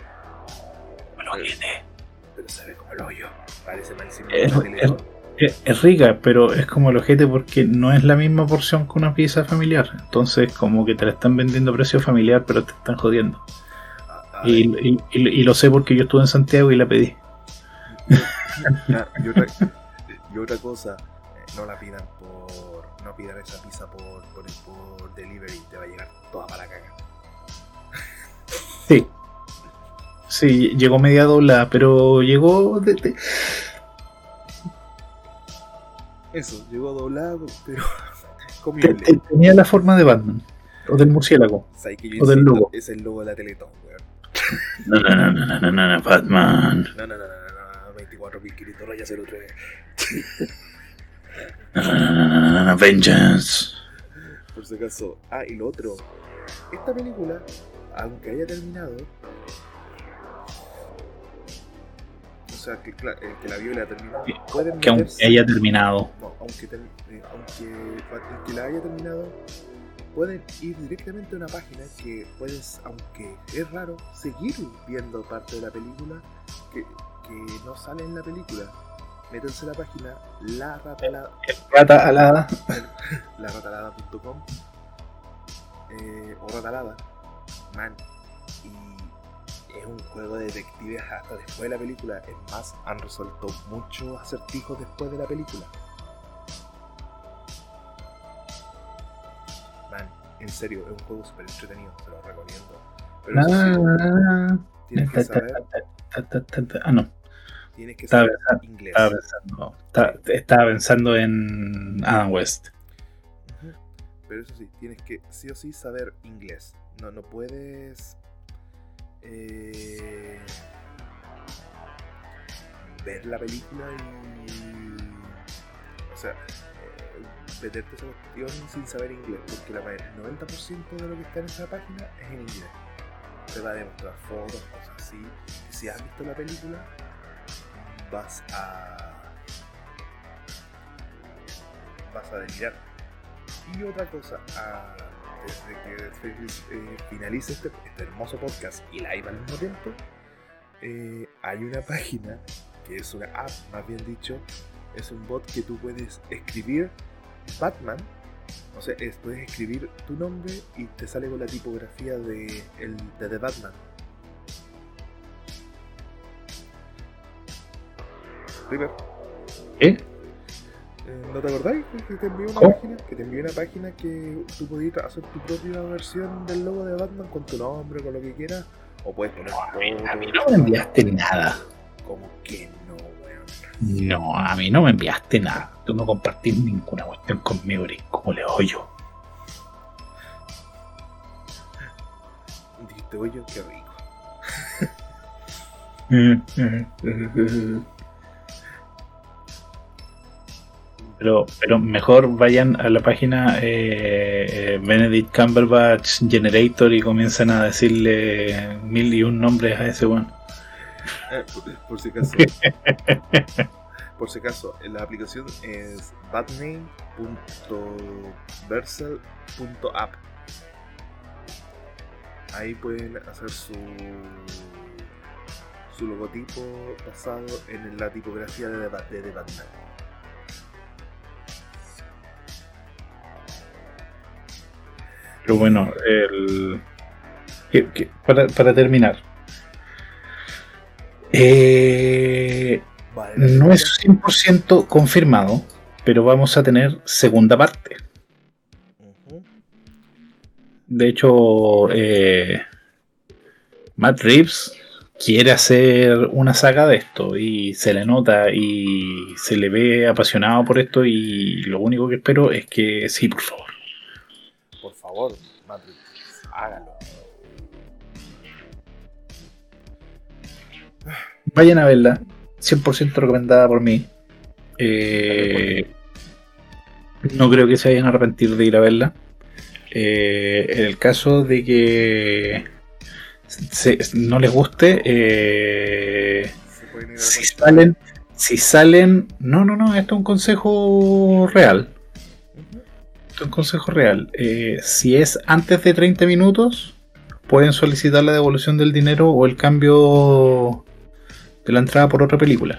Pero se ve como el hoyo. Parece más encima de la Teletón. Es rica, pero es como el ojete porque no es la misma porción que una pizza familiar. Entonces como que te la están vendiendo a precio familiar, pero te están jodiendo. Y lo sé porque yo estuve en Santiago y la pedí. Y otra cosa, no pidan esa pizza por delivery, te va a llegar toda para la caga. Sí, llegó media doblada, pero llegó Eso, llegó doblado, pero comible. Tenía la forma de Batman, o del murciélago, o del logo. Es el logo de la Teletón, weón. No, Batman. No, 24.500 rayas 03. Vengeance. Por si acaso. Y lo otro. Esta película, aunque haya terminado, o sea, que la vio y la terminó, pueden que aunque haya terminado. No, aunque la haya terminado, pueden ir directamente a una página que puedes, aunque es raro, seguir viendo parte de la película que no sale en la película. Métanse a la página laratalada.com o Ratalada, man, y es un juego de detectives hasta después de la película. Es más, han resuelto muchos acertijos después de la película. Man, en serio, es un juego súper entretenido, se lo recomiendo. Pero eso sí, tienes que saber. No. Tienes que saber inglés. Estaba pensando en Adam West. Pero eso sí, tienes que sí o sí saber inglés. No puedes ver la película y, o sea, meterte esa cuestión sin saber inglés, porque el 90% de lo que está en esa página es en inglés. Te va a demostrar fotos, cosas así. Y si has visto la película, vas a delirar. Y otra cosa, desde que finalice este hermoso podcast y live al mismo tiempo, hay una página que es una app, más bien dicho, es un bot que tú puedes escribir Batman, o sea, puedes escribir tu nombre y te sale con la tipografía de The Batman. River. ¿No te acordáis? Que te envié una página que tú podías hacer tu propia versión del logo de Batman con tu nombre, con lo que quieras, o puedes poner a mí no me enviaste nada. ¿Cómo que no, weón? No, a mí no me enviaste nada. Tú no compartís ninguna cuestión conmigo, eres como le hoyo. Dijiste hoyo, qué rico. Pero mejor vayan a la página Benedict Cumberbatch Generator y comienzan a decirle 1001 nombres a ese weón. Por si acaso, la aplicación es batname.versal.app. Ahí pueden hacer su logotipo basado en la tipografía de Batman. Pero bueno, para terminar, Vale, no es 100% confirmado, pero vamos a tener segunda parte. Uh-huh. De hecho, Matt Reeves quiere hacer una saga de esto y se le nota y se le ve apasionado por esto, y lo único que espero es que sí, por favor. Por favor, Matrix, hágalo. Vayan a verla, 100% recomendada por mí. No creo que se vayan a arrepentir de ir a verla. En el caso de que no les guste, si salen, no, esto es un consejo real. Esto es un consejo real. Si es antes de 30 minutos, pueden solicitar la devolución del dinero o el cambio de la entrada por otra película.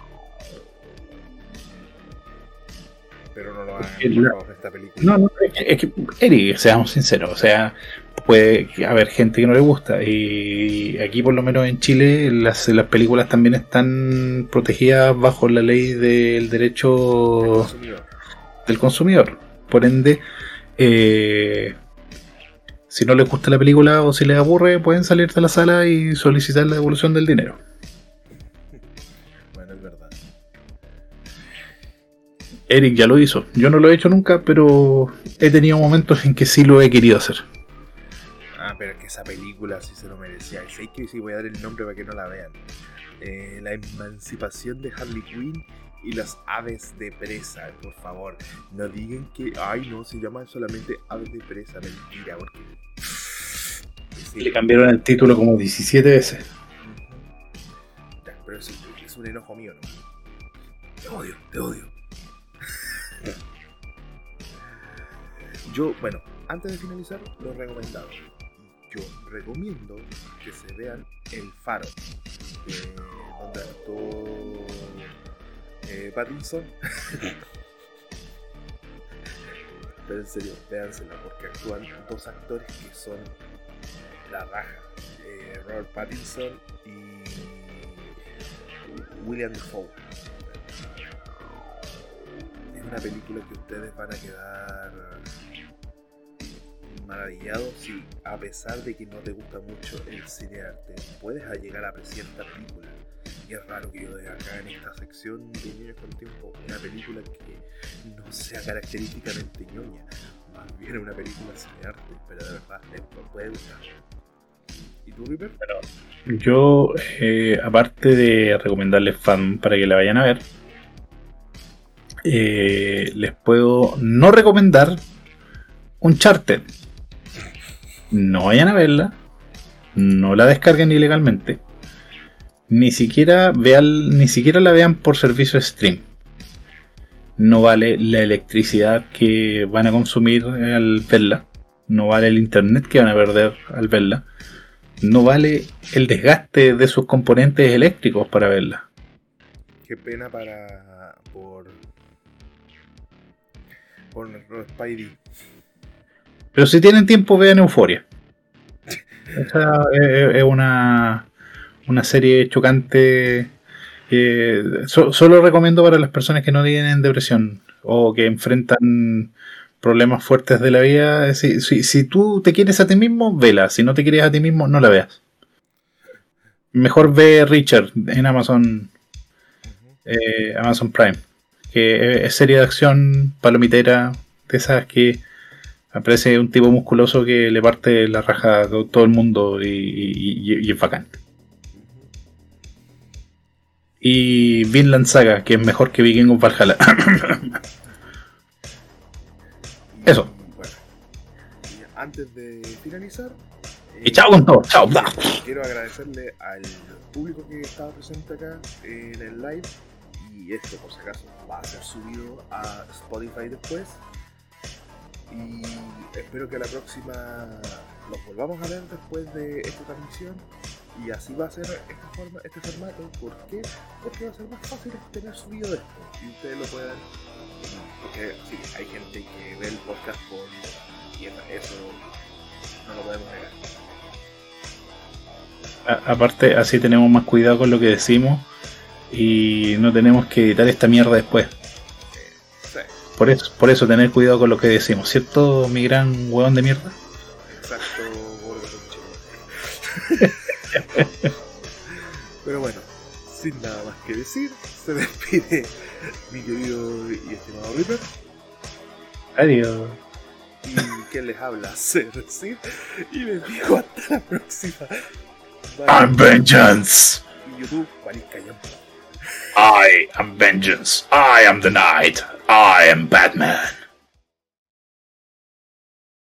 Pero no lo hagan por esta película. No, es que Eric, seamos sinceros, o sea, puede haber gente que no le gusta, y aquí por lo menos en Chile las películas también están protegidas bajo la ley del derecho del consumidor. Por ende, si no les gusta la película o si les aburre, pueden salir de la sala y solicitar la devolución del dinero. Bueno, es verdad. Eric ya lo hizo. Yo no lo he hecho nunca, pero he tenido momentos en que sí lo he querido hacer. Ah, pero es que esa película sí se lo merecía. Sé que sí voy a dar el nombre para que no la vean. La emancipación de Harley Quinn y las aves de presa. Por favor, no digan que, ay no, se llaman solamente aves de presa. Mentira, porque sí. Le cambiaron el título como 17 veces. Ya, pero es un enojo mío, ¿no? Te odio. Yo, bueno, antes de finalizar, lo recomendado. Yo recomiendo que se vean El Faro, donde actuó Pattinson. Pero en serio, véansela, porque actúan dos actores que son la raja. Robert Pattinson y William Dafoe. Es una película que ustedes van a quedar maravillados si, a pesar de que no te gusta mucho el cine arte, puedes llegar a apreciar esta película. Y es raro que yo de acá en esta sección de Niños con Tiempo una película que no sea característicamente ñoña, más bien una película de cine arte, pero de verdad les puede gustar. ¿Y tú, Ripper? Yo, aparte de recomendarles fan para que la vayan a ver, les puedo no recomendar Uncharted. No vayan a verla, no la descarguen ilegalmente, ni siquiera la vean por servicio de stream. No vale la electricidad que van a consumir al verla, no vale el internet que van a perder al verla, no vale el desgaste de sus componentes eléctricos para verla. Qué pena por nuestro Spidey. Pero si tienen tiempo, vean Euphoria. Esa es una serie chocante. Solo recomiendo para las personas que no tienen depresión o que enfrentan problemas fuertes de la vida. Si tú te quieres a ti mismo, vela. Si no te quieres a ti mismo, no la veas. Mejor ve Richard en Amazon Prime, que es serie de acción palomitera, de esas que aparece un tipo musculoso que le parte la raja a todo el mundo y es bacán. Y Vinland Saga, que es mejor que Vikingos Valhalla. Eso. Bueno, antes de finalizar, y chao con todo, chao. Quiero agradecerle al público que estaba presente acá en el live, y esto por si acaso va a ser subido a Spotify después, y espero que a la próxima los volvamos a ver después de esta transmisión, y así va a ser este formato. ¿Por qué? Porque va a ser más fácil tener subido esto y ustedes lo puedan, porque sí, hay gente que ve el podcast y eso no lo podemos negar. Aparte, así tenemos más cuidado con lo que decimos y no tenemos que editar esta mierda después. Sí, Por eso tener cuidado con lo que decimos, ¿cierto, mi gran huevón de mierda? exacto, gordo conchero. Pero bueno, sin nada más que decir, se despide mi querido y estimado Reaper. Adiós. Y quien les habla, Cersei. Y les digo hasta la próxima. Bye. I'm vengeance. Y YouTube, Juanín Cayón. I am vengeance. I am the night. I am Batman.